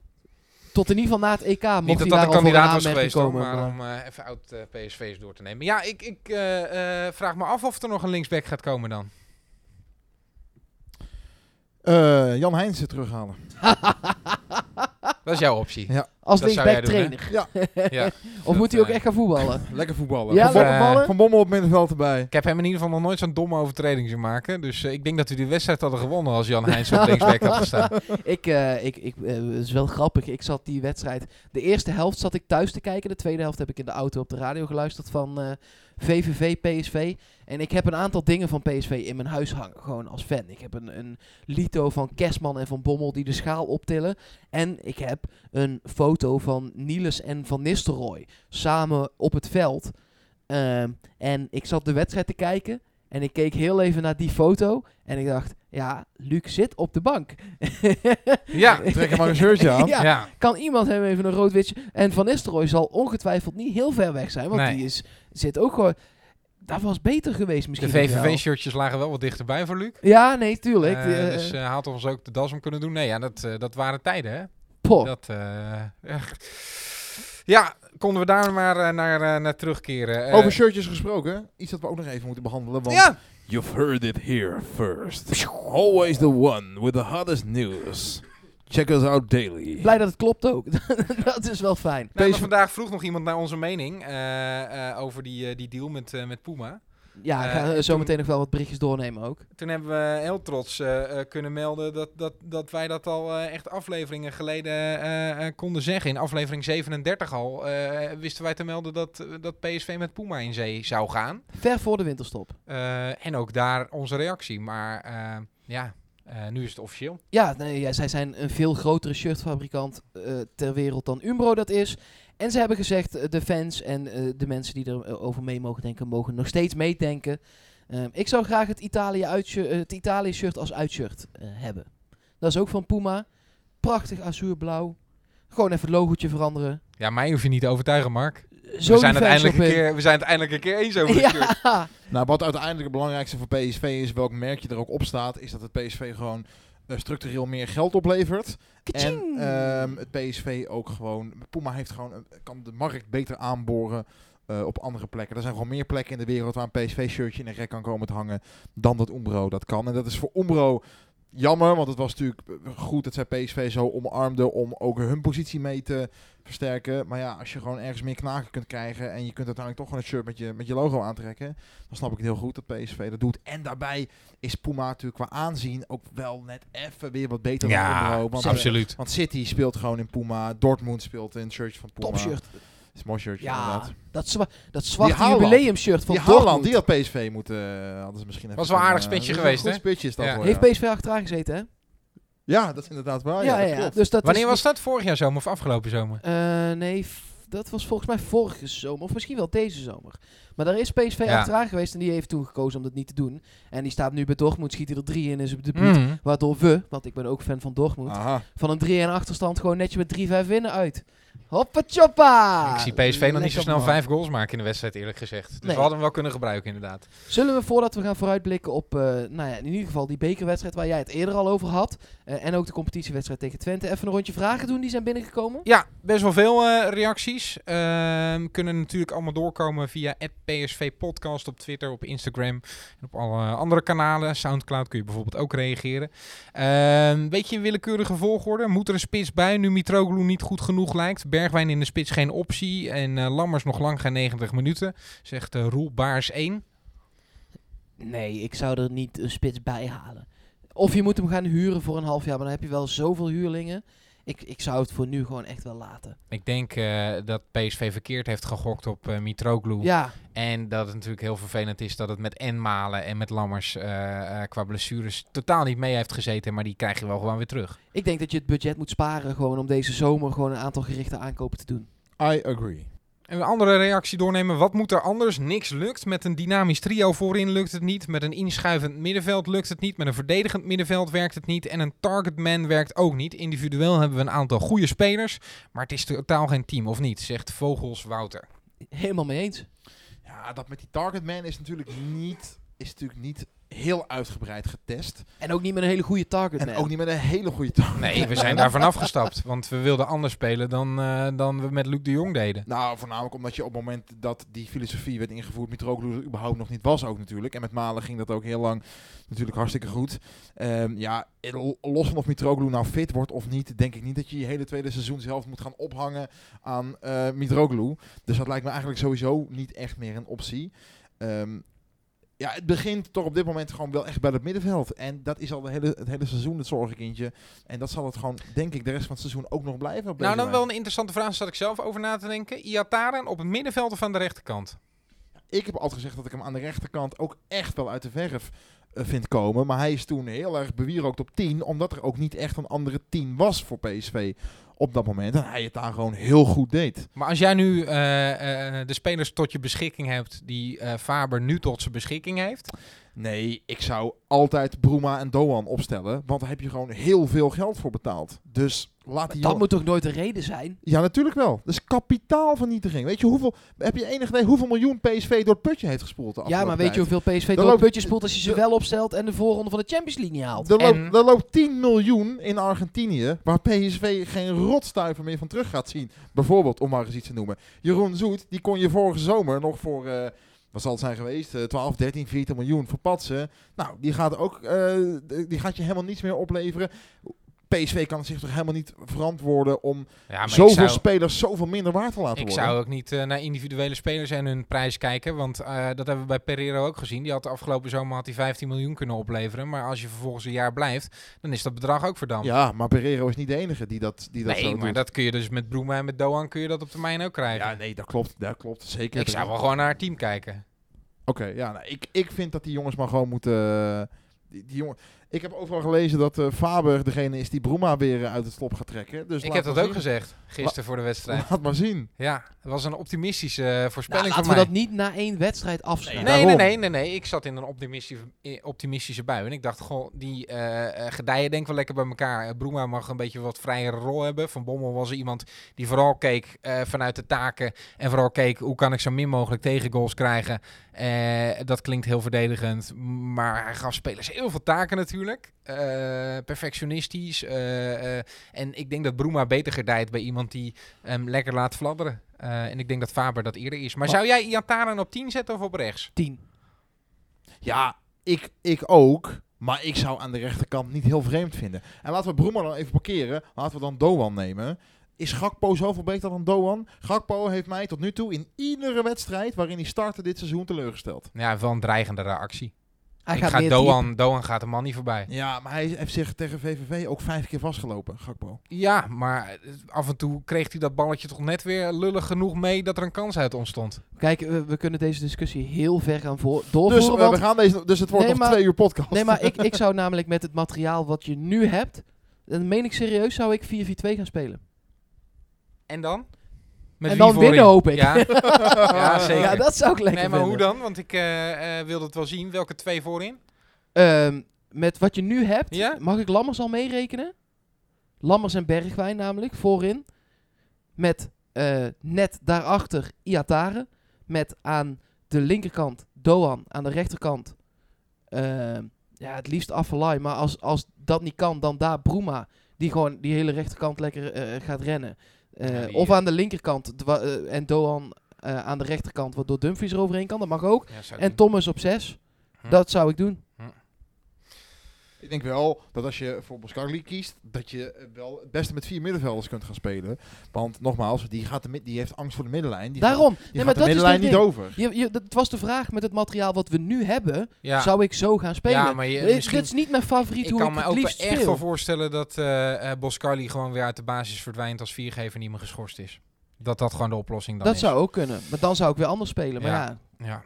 A: in ieder geval na het EK. Mocht
C: Niet dat
A: hij
C: dat een
A: daar al voor een
C: kandidaat was
A: aanmerking
C: geweest, hoor,
A: komen.
C: maar
A: maar-
C: om even oud PSV's door te nemen. Ja, ik vraag me af of er nog een linksback gaat komen dan.
B: Jan Heijnsen terughalen.
C: Dat is jouw optie.
B: Ja.
A: Als
C: Dat zou jij
A: linksback
C: doen,
A: trainer.
C: Ja.
A: Of moet hij ook echt gaan voetballen?
B: Lekker voetballen.
A: Ja,
B: Van
A: lekker
B: Bommel-
A: ballen.
B: Van Bommel op middenveld erbij.
C: Ik heb hem in ieder geval nog nooit zo'n domme overtreding zien maken. Dus ik denk dat we die wedstrijd hadden gewonnen als Jan Heijnsen op linksback had gestaan.
A: Het is wel grappig. Ik zat die wedstrijd... De eerste helft zat ik thuis te kijken. De tweede helft heb ik in de auto op de radio geluisterd van VVV, PSV. En ik heb een aantal dingen van PSV in mijn huis hangen. Gewoon als fan. Ik heb een lito van Kersman en Van Bommel die de schaal optillen. En ik heb een foto van Niels en Van Nistelrooy samen op het veld. En ik zat de wedstrijd te kijken. En ik keek heel even naar die foto. En ik dacht, ja, Luc zit op de bank.
C: Ja.
B: Trek hem maar een shirtje aan.
A: Ja.
C: Ja.
A: Kan iemand hem even een rood witje... En Van Nistelrooy zal ongetwijfeld niet heel ver weg zijn. Want
C: Nee.
A: die zit ook gewoon... Dat was beter geweest
C: De
A: misschien. nog wel.
C: VVV-shirtjes lagen wel wat dichterbij voor Luc.
A: Ja, nee, tuurlijk.
C: Dus had ons ook de das om kunnen doen. Nee, ja, dat waren tijden, hè?
A: Poh.
C: Dat, ja, konden we daar maar naar terugkeren.
B: Over shirtjes gesproken. Iets dat we ook nog even moeten behandelen. Want
C: Ja,
B: you've heard it here first. Always the one with the hottest news. Check us out daily.
A: Blij dat het klopt ook. Dat is wel fijn.
C: nou, maar vandaag vroeg nog iemand naar onze mening over die deal met Puma.
A: Ja, ik ga zo meteen nog wel wat berichtjes doornemen ook.
C: Toen hebben we heel trots kunnen melden dat wij dat al echt afleveringen geleden konden zeggen. In aflevering 37 al wisten wij te melden dat PSV met Puma in zee zou gaan.
A: Ver voor de winterstop.
C: En ook daar onze reactie. Maar nu is het officieel.
A: Ja, zij zijn een veel grotere shirtfabrikant ter wereld dan Umbro dat is. En ze hebben gezegd, de fans en de mensen die erover mee mogen denken, mogen nog steeds meedenken. Ik zou graag het Italië shirt als uitshirt hebben. Dat is ook van Puma. Prachtig azuurblauw. Gewoon even het logootje veranderen.
C: Ja, mij hoef je niet te overtuigen, Mark.
A: Zo
C: We zijn het eindelijk een keer eens over de shirt.
A: Ja,
B: Nou, wat uiteindelijk het belangrijkste voor PSV is, welk merkje er ook op staat, is dat het PSV gewoon structureel meer geld oplevert.
A: Kaching!
B: En het PSV ook gewoon... Puma heeft gewoon, kan de markt beter aanboren op andere plekken. Er zijn gewoon meer plekken in de wereld waar een PSV-shirtje in een rek kan komen te hangen dan dat Umbro dat kan. En dat is voor Umbro jammer, want het was natuurlijk goed dat zij PSV zo omarmden om ook hun positie mee te versterken. Maar ja, als je gewoon ergens meer knaken kunt krijgen en je kunt uiteindelijk toch gewoon een shirt met je logo aantrekken, dan snap ik het heel goed dat PSV dat doet. En daarbij is Puma natuurlijk qua aanzien ook wel net even weer wat beter dan Umbro. Want,
C: absoluut.
B: want City speelt gewoon in Puma, Dortmund speelt in een shirtje van Puma.
A: topshirt.
B: Dat is een mooi shirtje
A: Ja,
B: inderdaad.
A: dat zwarte
B: Haaland.
A: jubileumshirt van
B: Die Haaland,
A: Dortmund.
B: die had PSV moeten... hadden ze misschien even
C: Was wel een aardig
B: kunnen,
C: spitje
B: dat is
C: geweest,
B: een
C: hè?
B: goed spitje is dat
C: Ja.
B: hoor,
A: Heeft
B: ja.
A: PSV achteraan gezeten, hè?
B: Ja, dat is inderdaad waar. Ja, dat klopt.
A: Dus dat
C: Wanneer
A: is
C: was dat? Vorig jaar zomer of afgelopen zomer?
A: Nee, dat was volgens mij vorige zomer. Of misschien wel deze zomer. Maar daar is PSV
C: Ja.
A: achteraan geweest. En die heeft toen gekozen om dat niet te doen. En die staat nu bij Dortmund. Schiet hij er 3 in zijn debuut.
C: Mhm.
A: Waardoor we, want ik ben ook fan van Dortmund.
B: Aha.
A: Van een 3-1 achterstand gewoon netjes met 3-5 winnen uit. Hoppa choppa!
C: Ik zie PSV nog niet zo
A: Lekker,
C: snel
A: man.
C: 5 goals maken in de wedstrijd, eerlijk gezegd. Dus
A: Nee.
C: we hadden hem wel kunnen gebruiken, inderdaad.
A: Zullen we voordat we gaan vooruitblikken op in ieder geval die bekerwedstrijd waar jij het eerder al over had. En ook de competitiewedstrijd tegen Twente. Even een rondje vragen doen die zijn binnengekomen.
C: Ja, best wel veel reacties. Kunnen natuurlijk allemaal doorkomen via @PSV Podcast op Twitter, op Instagram en op alle andere kanalen. Soundcloud kun je bijvoorbeeld ook reageren. Weet je, willekeurige volgorde. Moet er een spits bij nu Mitroglou niet goed genoeg lijkt? Bergwijn in de spits geen optie en Lammers nog lang geen 90 minuten, zegt Roel Baars 1.
A: Nee, ik zou er niet een spits bij halen. Of je moet hem gaan huren voor een half jaar, maar dan heb je wel zoveel huurlingen. Ik zou het voor nu gewoon echt wel laten.
C: Ik denk dat PSV verkeerd heeft gegokt op Mitroglou.
A: Ja,
C: En dat het natuurlijk heel vervelend is dat het met en Malen en met Lammers qua blessures totaal niet mee heeft gezeten. Maar die krijg je wel gewoon weer terug.
A: ik denk dat je het budget moet sparen gewoon om deze zomer gewoon een aantal gerichte aankopen te doen.
B: I agree.
C: En een andere reactie doornemen. Wat moet er anders? Niks lukt. Met een dynamisch trio voorin lukt het niet. Met een inschuivend middenveld lukt het niet. Met een verdedigend middenveld werkt het niet. En een targetman werkt ook niet. Individueel hebben we een aantal goede spelers. Maar het is totaal geen team, of niet? Zegt Vogels Wouter.
A: Helemaal mee eens.
B: Ja, dat met die targetman is natuurlijk niet heel uitgebreid getest.
A: En ook niet met een hele goede target.
B: En ook niet met een hele goede target.
C: Nee, we zijn daar vanaf gestapt. Want we wilden anders spelen dan we met Luc de Jong deden.
B: Nou, voornamelijk omdat je op het moment dat die filosofie werd ingevoerd, Mitroglou er überhaupt nog niet was ook natuurlijk. En met Malen ging dat ook heel lang natuurlijk hartstikke goed. Los van of Mitroglou nou fit wordt of niet, denk ik niet dat je je hele tweede seizoen zelf moet gaan ophangen aan Mitroglou. Dus dat lijkt me eigenlijk sowieso niet echt meer een optie. Het begint toch op dit moment gewoon wel echt bij het middenveld. En dat is al het hele seizoen het zorgenkindje. En dat zal het gewoon, denk ik, de rest van het seizoen ook nog blijven.
C: Nou, dan wel een interessante vraag, zat ik zelf over na te denken. Iataren op het middenveld of aan de rechterkant?
B: Ik heb altijd gezegd dat ik hem aan de rechterkant ook echt wel uit de verf vind komen. Maar hij is toen heel erg bewierookt op 10. Omdat er ook niet echt een andere 10 was voor PSV op dat moment. En hij het daar gewoon heel goed deed.
C: Maar als jij nu de spelers tot je beschikking hebt die Faber nu tot zijn beschikking heeft.
B: Nee, ik zou altijd Bruma en Doan opstellen. Want daar heb je gewoon heel veel geld voor betaald. Dus laat die
A: Dat moet toch nooit een reden zijn?
B: Ja, natuurlijk wel. Dus kapitaalvernietiging. Weet je heb je enig idee hoeveel miljoen PSV door het putje heeft gespoeld de afgelopen
A: Ja, maar weet je
B: tijd?
A: hoeveel PSV door het putje spoelt als je ze wel opstelt en de voorronde van de Champions League niet haalt?
B: Er loopt 10 miljoen in Argentinië, waar PSV geen rotstuiver meer van terug gaat zien. Bijvoorbeeld, om maar eens iets te noemen. Jeroen Zoet, die kon je vorige zomer nog voor... wat zal het zijn geweest? 12, 13, 14 miljoen verpatsen. Nou, die gaat je helemaal niets meer opleveren. PSV kan zich toch helemaal niet verantwoorden om zoveel spelers zoveel minder waard te laten worden.
C: Ik zou ook niet naar individuele spelers en hun prijs kijken. Want dat hebben we bij Pereiro ook gezien. Die had de afgelopen zomer 15 miljoen kunnen opleveren. Maar als je vervolgens een jaar blijft, dan is dat bedrag ook verdampt.
B: Ja, maar Pereiro is niet de enige die dat zo doet.
C: Nee, maar dat kun je dus met Bruma en met Doan kun je dat op termijn ook krijgen.
B: Ja, nee, dat klopt. Zeker.
C: Ik zou wel gewoon naar het team kijken.
B: Oké, ik vind dat die jongens maar gewoon moeten... Ik heb overal gelezen dat Faber degene is die Bruma weer uit het slop gaat trekken. Dus
C: ik heb dat ook gezegd, gisteren voor de wedstrijd.
B: Laat maar zien.
C: Ja, het was een optimistische voorspelling
A: van
C: mij.
A: Laten we dat niet na één wedstrijd afschrijven.
C: Nee. Ik zat in een optimistische bui. En ik dacht, die gedijen denk wel lekker bij elkaar. Bruma mag een beetje wat vrijere rol hebben. Van Bommel was er iemand die vooral keek vanuit de taken. En vooral keek, hoe kan ik zo min mogelijk tegengoals krijgen. Dat klinkt heel verdedigend. Maar hij gaf spelers heel veel taken natuurlijk. Perfectionistisch. En ik denk dat Bruma beter gedijt bij iemand die hem lekker laat fladderen. En ik denk dat Faber dat eerder is. Maar zou jij Iataren op 10 zetten of op rechts?
A: 10.
B: Ja, ik ook. Maar ik zou aan de rechterkant niet heel vreemd vinden. En laten we Bruma dan even parkeren. Laten we dan Doan nemen. Is Gakpo zoveel beter dan Doan? Gakpo heeft mij tot nu toe in iedere wedstrijd waarin hij startte dit seizoen teleurgesteld.
C: Ja, wel een dreigende reactie.
A: Doan
C: gaat de man niet voorbij.
B: Ja, maar hij heeft zich tegen VVV ook 5 keer vastgelopen, Gakpo.
C: Ja, maar af en toe kreeg hij dat balletje toch net weer lullig genoeg mee dat er een kans uit ontstond.
A: Kijk, we kunnen deze discussie heel ver gaan doorvoeren.
B: Dus, we gaan dus het wordt nog 2 uur podcast.
A: Nee, maar ik zou namelijk met het materiaal wat je nu hebt, dan meen ik serieus, zou ik 4-4-2 gaan spelen.
C: En dan?
A: En dan winnen, hoop ik.
C: Ja, ja zeker.
A: Ja, dat zou ik lekker
C: vinden. Maar
A: vinden.
C: hoe dan? Want ik wilde het wel zien. Welke 2 voorin?
A: Met wat je nu hebt, mag ik Lammers al meerekenen? Lammers en Bergwijn namelijk, voorin. Met net daarachter Iataren. Met aan de linkerkant Doan, aan de rechterkant het liefst Afellay. Maar als dat niet kan, dan daar Bruma, die gewoon die hele rechterkant lekker gaat rennen. Of aan de linkerkant en Doan aan de rechterkant, wat door Dumfries eroverheen kan, dat mag ook. Ja, en Thomas op 6, dat zou ik doen.
B: Ik denk wel dat als je voor Boskagli kiest, dat je wel het beste met 4 middenvelders kunt gaan spelen. Want nogmaals, die heeft angst voor de middenlijn.
A: Daarom.
B: Gaat de middenlijn niet over.
A: Het was de vraag met het materiaal wat we nu hebben, zou ik zo gaan spelen.
C: Ja, maar
A: dat is niet mijn favoriet hoe ik het liefst speel.
C: Ik kan me ook echt wel voorstellen dat Boskagli gewoon weer uit de basis verdwijnt als viergever niet meer geschorst is. Dat gewoon de oplossing dan
A: is.
C: Dat
A: zou ook kunnen. Maar dan zou ik weer anders spelen. Maar
C: ja.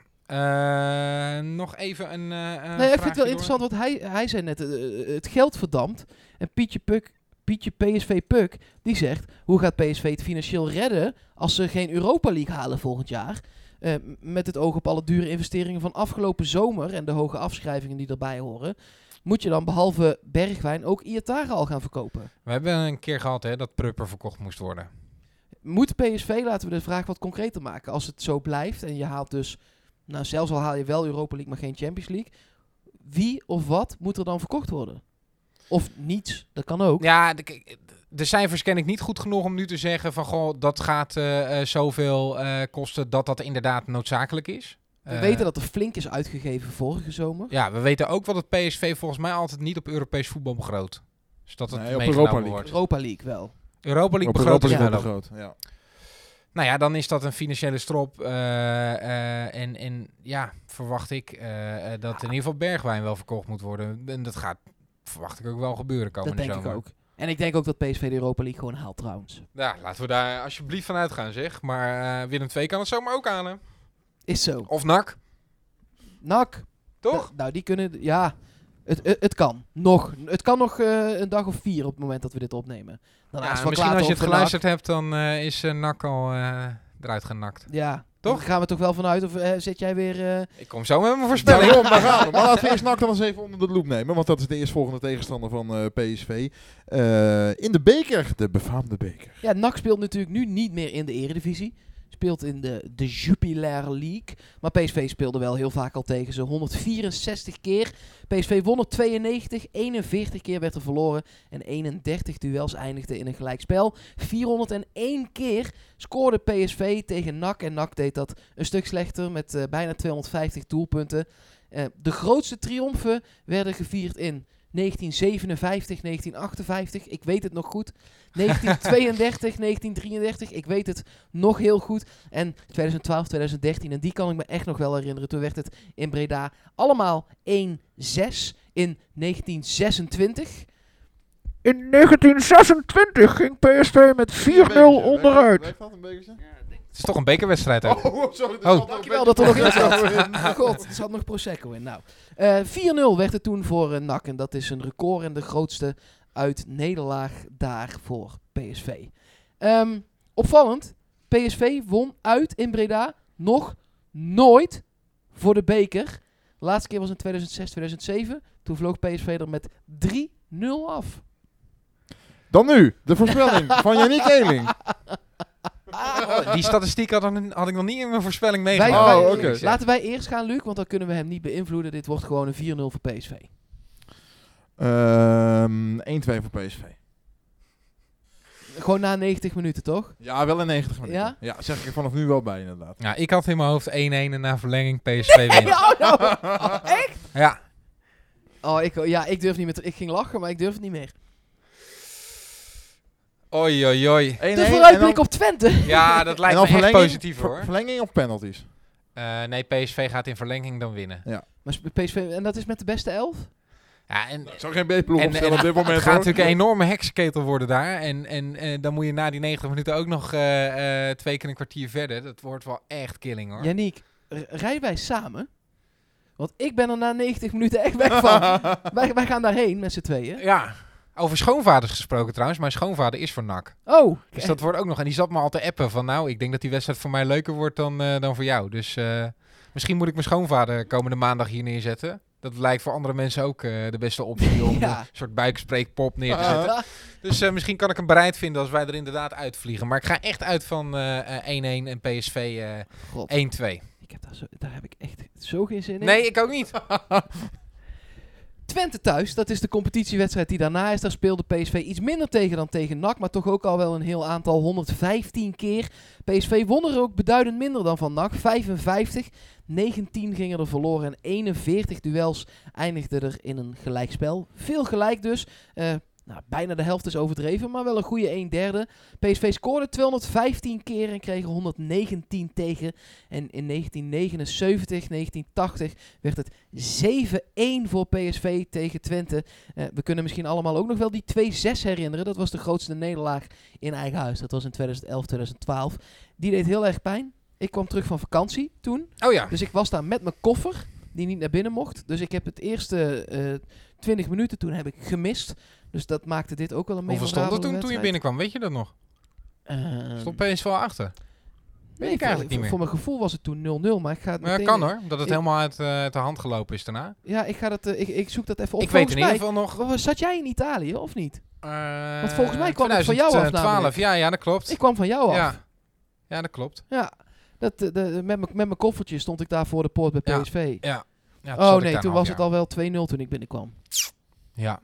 C: Nog even een
A: nee, ik vind het wel interessant, want hij zei net, het geld verdampt. En Pietje PSV Puk, die zegt, hoe gaat PSV het financieel redden als ze geen Europa League halen volgend jaar? Met het oog op alle dure investeringen van afgelopen zomer en de hoge afschrijvingen die erbij horen. Moet je dan behalve Bergwijn ook Iataren al gaan verkopen?
C: We hebben een keer gehad dat Prupper verkocht moest worden.
A: Moet PSV, laten we de vraag wat concreter maken, als het zo blijft en je haalt dus... Nou, zelfs al haal je wel Europa League, maar geen Champions League. wie of wat moet er dan verkocht worden? Of niets, dat kan ook.
C: Ja, de cijfers ken ik niet goed genoeg om nu te zeggen van goh, dat gaat zoveel kosten dat inderdaad noodzakelijk is.
A: We weten dat er flink is uitgegeven vorige zomer.
C: Ja, we weten ook wat het PSV volgens mij altijd niet op Europees voetbal begroot. Dus dat het
B: Nee, op
C: meegenomen
B: Europa League.
C: wordt.
A: Europa League wel.
C: Europa League
B: Op
C: begroot
B: Europa
C: is
B: League
C: wel
B: wordt
C: ook.
B: begroot, ja.
C: Nou ja, dan is dat een financiële strop. En ja, verwacht ik dat in ieder geval Bergwijn wel verkocht moet worden. En dat gaat, verwacht ik ook wel gebeuren
A: Dat
C: komende
A: denk
C: zomer.
A: ik ook. En ik denk ook dat PSV de Europa League gewoon haalt trouwens.
C: Ja, laten we daar alsjeblieft van uitgaan zeg. Maar Willem II kan het zomaar ook halen.
A: Is zo.
C: Of NAC,
A: NAC.
C: toch?
A: Nou, die kunnen... Ja, het kan. Het kan nog een dag of 4 op het moment dat we dit opnemen. Daarna is het wel
C: misschien
A: klaar
C: als je het
A: over
C: geluisterd hebt, dan is NAC al eruit genakt.
A: NAC. Ja.
C: Toch?
A: Daar gaan we toch wel vanuit. Of zit jij weer...
C: Ik kom zo met mijn voorspelling.
B: Daarom, daar gaan we. Maar laten we eerst NAC dan eens even onder de loep nemen. Want dat is de eerstvolgende tegenstander van PSV. In de beker, de befaamde beker.
A: Ja, NAC speelt natuurlijk nu niet meer in de eredivisie. Speelt in de Jupiler League. Maar PSV speelde wel heel vaak al tegen ze. 164 keer. PSV won er 92. 41 keer werd er verloren. En 31 duels eindigden in een gelijkspel. 401 keer scoorde PSV tegen NAC. En NAC deed dat een stuk slechter met bijna 250 doelpunten. De grootste triomfen werden gevierd in 1957, 1958, ik weet het nog goed. 1932, 1933, ik weet het nog heel goed. En 2012, 2013, en die kan ik me echt nog wel herinneren. Toen werd het in Breda allemaal 1-6 in 1926. In 1926 ging PSV met 4-0 onderuit.
B: Blijft dat een bekertje?
C: Het is toch een bekerwedstrijd ook.
B: Oh, sorry.
A: Dankjewel dat er nog in zat. God, er zat nog Prosecco in. Nou, 4-0 werd het toen voor NAC. En dat is een record en de grootste uit nederlaag daar voor PSV. Opvallend, PSV won uit in Breda nog nooit voor de beker. De laatste keer was in 2006, 2007. Toen vloog PSV er met 3-0 af.
B: Dan nu, de voorspelling van Yannick Eeling.
C: Die statistiek had ik nog niet in mijn voorspelling
A: Wij-
C: meegenomen.
B: oké.
A: Laten wij eerst gaan, Luc, want dan kunnen we hem niet beïnvloeden. Dit wordt gewoon een 4-0 voor PSV.
B: 1-2 voor PSV.
A: Gewoon na 90 minuten, toch?
B: Ja, wel in 90 minuten.
A: Ja?
B: Ja, zeg ik er vanaf nu wel bij inderdaad.
C: Ja, ik had in mijn hoofd 1-1 en na verlenging PSV wint.
A: Echt?
C: Ja.
A: Oh, ik durf niet meer. Ik ging lachen, maar ik durf het niet meer.
C: Oei, oei, oei.
B: 1-1
A: De vooruitblik op Twente.
C: Ja, dat lijkt me echt positief hoor.
B: Verlenging of penalties?
C: Nee, PSV gaat in verlenging dan winnen.
A: Maar PSV, en dat is met de beste 11?
C: Ja, en
B: Ik zou geen B-ploeg
C: En-
B: opstellen op dit moment.
C: het gaat
B: hoor.
C: natuurlijk een enorme heksenketel worden daar. En dan moet je na die 90 minuten ook nog 2 keer een kwartier verder. Dat wordt wel echt killing hoor.
A: Yannick, rijden wij samen? Want ik ben er na 90 minuten echt weg van. wij gaan daarheen met z'n tweeën.
C: Ja, over schoonvaders gesproken trouwens. Mijn schoonvader is voor NAC.
A: Oh,
C: Dus dat wordt ook nog. En die zat me al te appen van nou, ik denk dat die wedstrijd voor mij leuker wordt dan voor jou. Dus misschien moet ik mijn schoonvader komende maandag hier neerzetten. Dat lijkt voor andere mensen ook de beste optie om
A: Ja.
C: een soort buikspreekpop neer te zetten. Dus misschien kan ik hem bereid vinden als wij er inderdaad uitvliegen. Maar ik ga echt uit van 1-1 en PSV
A: God,
C: 1-2.
A: daar heb ik echt zo geen zin in.
C: Nee, ik ook niet.
A: Twente thuis, dat is de competitiewedstrijd die daarna is. Daar speelde PSV iets minder tegen dan tegen NAC, maar toch ook al wel een heel aantal, 115 keer. PSV won er ook beduidend minder dan van NAC, 55. 19 gingen er verloren en 41 duels eindigden er in een gelijkspel. Veel gelijk dus. Bijna de helft is overdreven, maar wel een goede 1/3. PSV scoorde 215 keer en kreeg 119 tegen. En in 1979, 1980 werd het 7-1 voor PSV tegen Twente. We kunnen misschien allemaal ook nog wel die 2-6 herinneren. Dat was de grootste nederlaag in eigen huis. Dat was in 2011, 2012. Die deed heel erg pijn. Ik kwam terug van vakantie toen.
C: Oh ja.
A: Dus ik was daar met mijn koffer, die niet naar binnen mocht. Dus ik heb het eerste 20 minuten toen heb ik gemist. Dus dat maakte dit ook wel een
C: Hoeveel stond er toen je
A: wedstrijd.
C: binnenkwam? Weet je dat nog? Stond PSV wel achter? Weet ik eigenlijk niet meer.
A: Voor mijn gevoel was het toen 0-0, maar ik ga het
C: Maar ja,
A: meteen...
C: kan hoor, omdat het helemaal uit de hand gelopen is daarna.
A: Ja, ik ga dat... ik zoek dat even op.
C: Ik weet in
A: Volgens
C: ieder
A: mij-
C: geval nog...
A: Zat jij in Italië of niet?
C: Want
A: volgens mij kwam het van jou af,
C: 2012,
A: namelijk.
C: ja, dat klopt.
A: Ik kwam van jou af.
C: Ja, dat klopt.
A: Ja. Met mijn koffertje stond ik daar voor de poort bij
C: Ja.
A: PSV.
C: Ja. Ja,
A: Oh nee, toen was het al wel 2-0 toen ik binnenkwam.
C: Ja.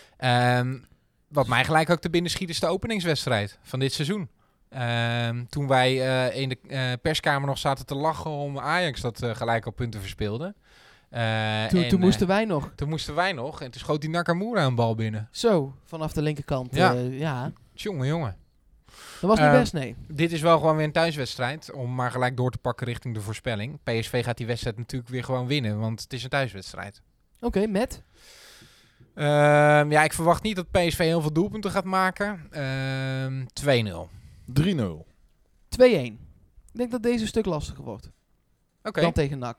C: Wat mij gelijk ook te binnen schiet is de openingswedstrijd van dit seizoen. Toen wij in de perskamer nog zaten te lachen om Ajax dat gelijk al punten verspeelde.
A: Toen moesten wij nog.
C: Toen moesten wij nog. En toen schoot die Nakamura een bal binnen.
A: Zo, vanaf de linkerkant.
C: Ja.
A: Ja.
C: Jongen.
A: Dat was niet best, nee.
C: Dit is wel gewoon weer een thuiswedstrijd. Om maar gelijk door te pakken richting de voorspelling. PSV gaat die wedstrijd natuurlijk weer gewoon winnen. Want het is een thuiswedstrijd.
A: Oké, met?
C: Ja, ik verwacht niet dat PSV heel veel doelpunten gaat maken. 2-0.
B: 3-0.
A: 2-1. Ik denk dat deze een stuk lastiger wordt.
C: Oké.
A: Dan tegen NAC.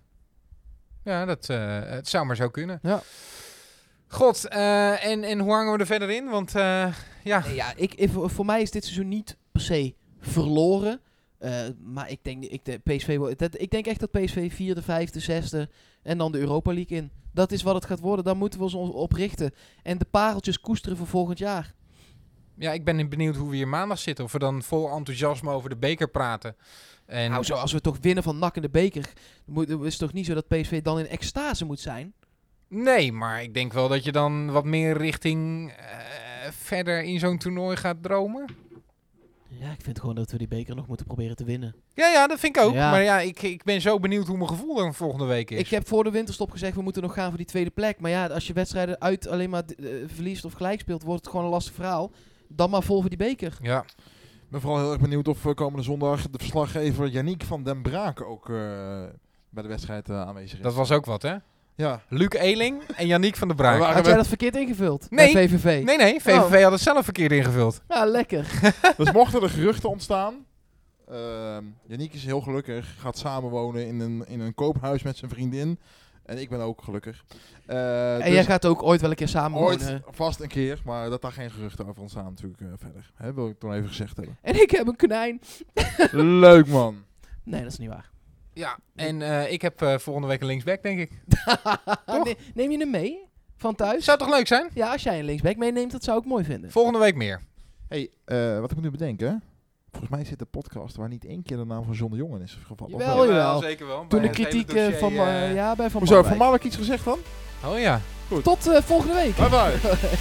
C: Ja, het zou maar zo kunnen.
A: Ja.
C: God, en hoe hangen we er verder in? Want ja...
A: Nee, ja, voor mij is dit seizoen niet per se verloren. Maar ik denk echt dat PSV 4e, 5e, 6e en dan de Europa League in. Dat is wat het gaat worden. Daar moeten we ons op richten. En de pareltjes koesteren voor volgend jaar.
C: Ja, ik ben benieuwd hoe we hier maandag zitten. Of we dan vol enthousiasme over de beker praten. En
A: Nou, zoals we toch winnen van NAC in de beker, is het toch niet zo dat PSV dan in extase moet zijn?
C: Nee, maar ik denk wel dat je dan wat meer richting verder in zo'n toernooi gaat dromen.
A: Ja, ik vind gewoon dat we die beker nog moeten proberen te winnen.
C: Ja, dat vind ik ook.
A: Ja.
C: Maar ja, ik ben zo benieuwd hoe mijn gevoel dan volgende week is.
A: Ik heb voor de winterstop gezegd, we moeten nog gaan voor die tweede plek. Maar ja, als je wedstrijden uit alleen maar verliest of gelijk speelt, wordt het gewoon een lastig verhaal. Dan maar vol voor die beker.
C: Ja.
B: Ik ben vooral heel erg benieuwd of komende zondag de verslaggever Yannick van den Braak ook bij de wedstrijd aanwezig is.
C: Dat was ook wat, hè?
B: Ja.
C: Luc Eeling en Yannick van der Braak.
B: Maar
A: Had jij dat verkeerd ingevuld?
C: Nee.
A: Bij VVV?
C: Nee, VVV had het zelf verkeerd ingevuld.
A: Ja, lekker.
B: Dus mochten er geruchten ontstaan. Yannick is heel gelukkig. Gaat samenwonen in een koophuis met zijn vriendin. En ik ben ook gelukkig.
A: En
B: Dus
A: jij gaat ook ooit wel een keer samen
B: ooit
A: wonen.
B: vast een keer. Maar dat daar geen geruchten over ontstaan natuurlijk verder. Hè, wil ik toch even gezegd hebben.
A: En ik heb een konijn.
B: Leuk man.
A: Nee, dat is niet waar.
C: Ja, en ik heb volgende week een linksback, denk ik.
A: Neem je hem mee? Van thuis?
C: Zou toch leuk zijn?
A: Ja, als jij een linksback meeneemt, dat zou ik mooi vinden.
C: Volgende week meer.
B: Hey, wat ik moet nu bedenken. Volgens mij zit de podcast waar niet één keer de naam van John de Jong in is gevallen.
A: Jawel,
B: Of wel?
A: jawel.
C: zeker wel.
A: Toen
C: Bij
A: de
C: het hele
A: kritiek
C: dossier,
A: van bij Van
B: Hoezo?
A: Marwijk.
B: Van Marwijk iets gezegd dan?
C: Oh ja.
A: Tot volgende week.
B: Bye bye.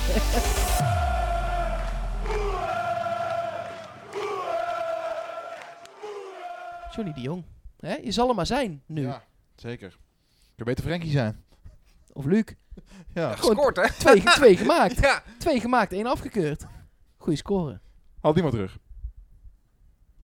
A: Johnny de Jong. Hè? Je zal er maar zijn, nu.
B: Ja, zeker. Kun beter Frenkie zijn.
A: Of Luc.
B: Ja.
A: Gewoon
C: Gescoord, hè?
A: 2 gemaakt.
C: Ja.
A: 2 gemaakt, 1 afgekeurd. Goeie score.
B: Haal die maar terug.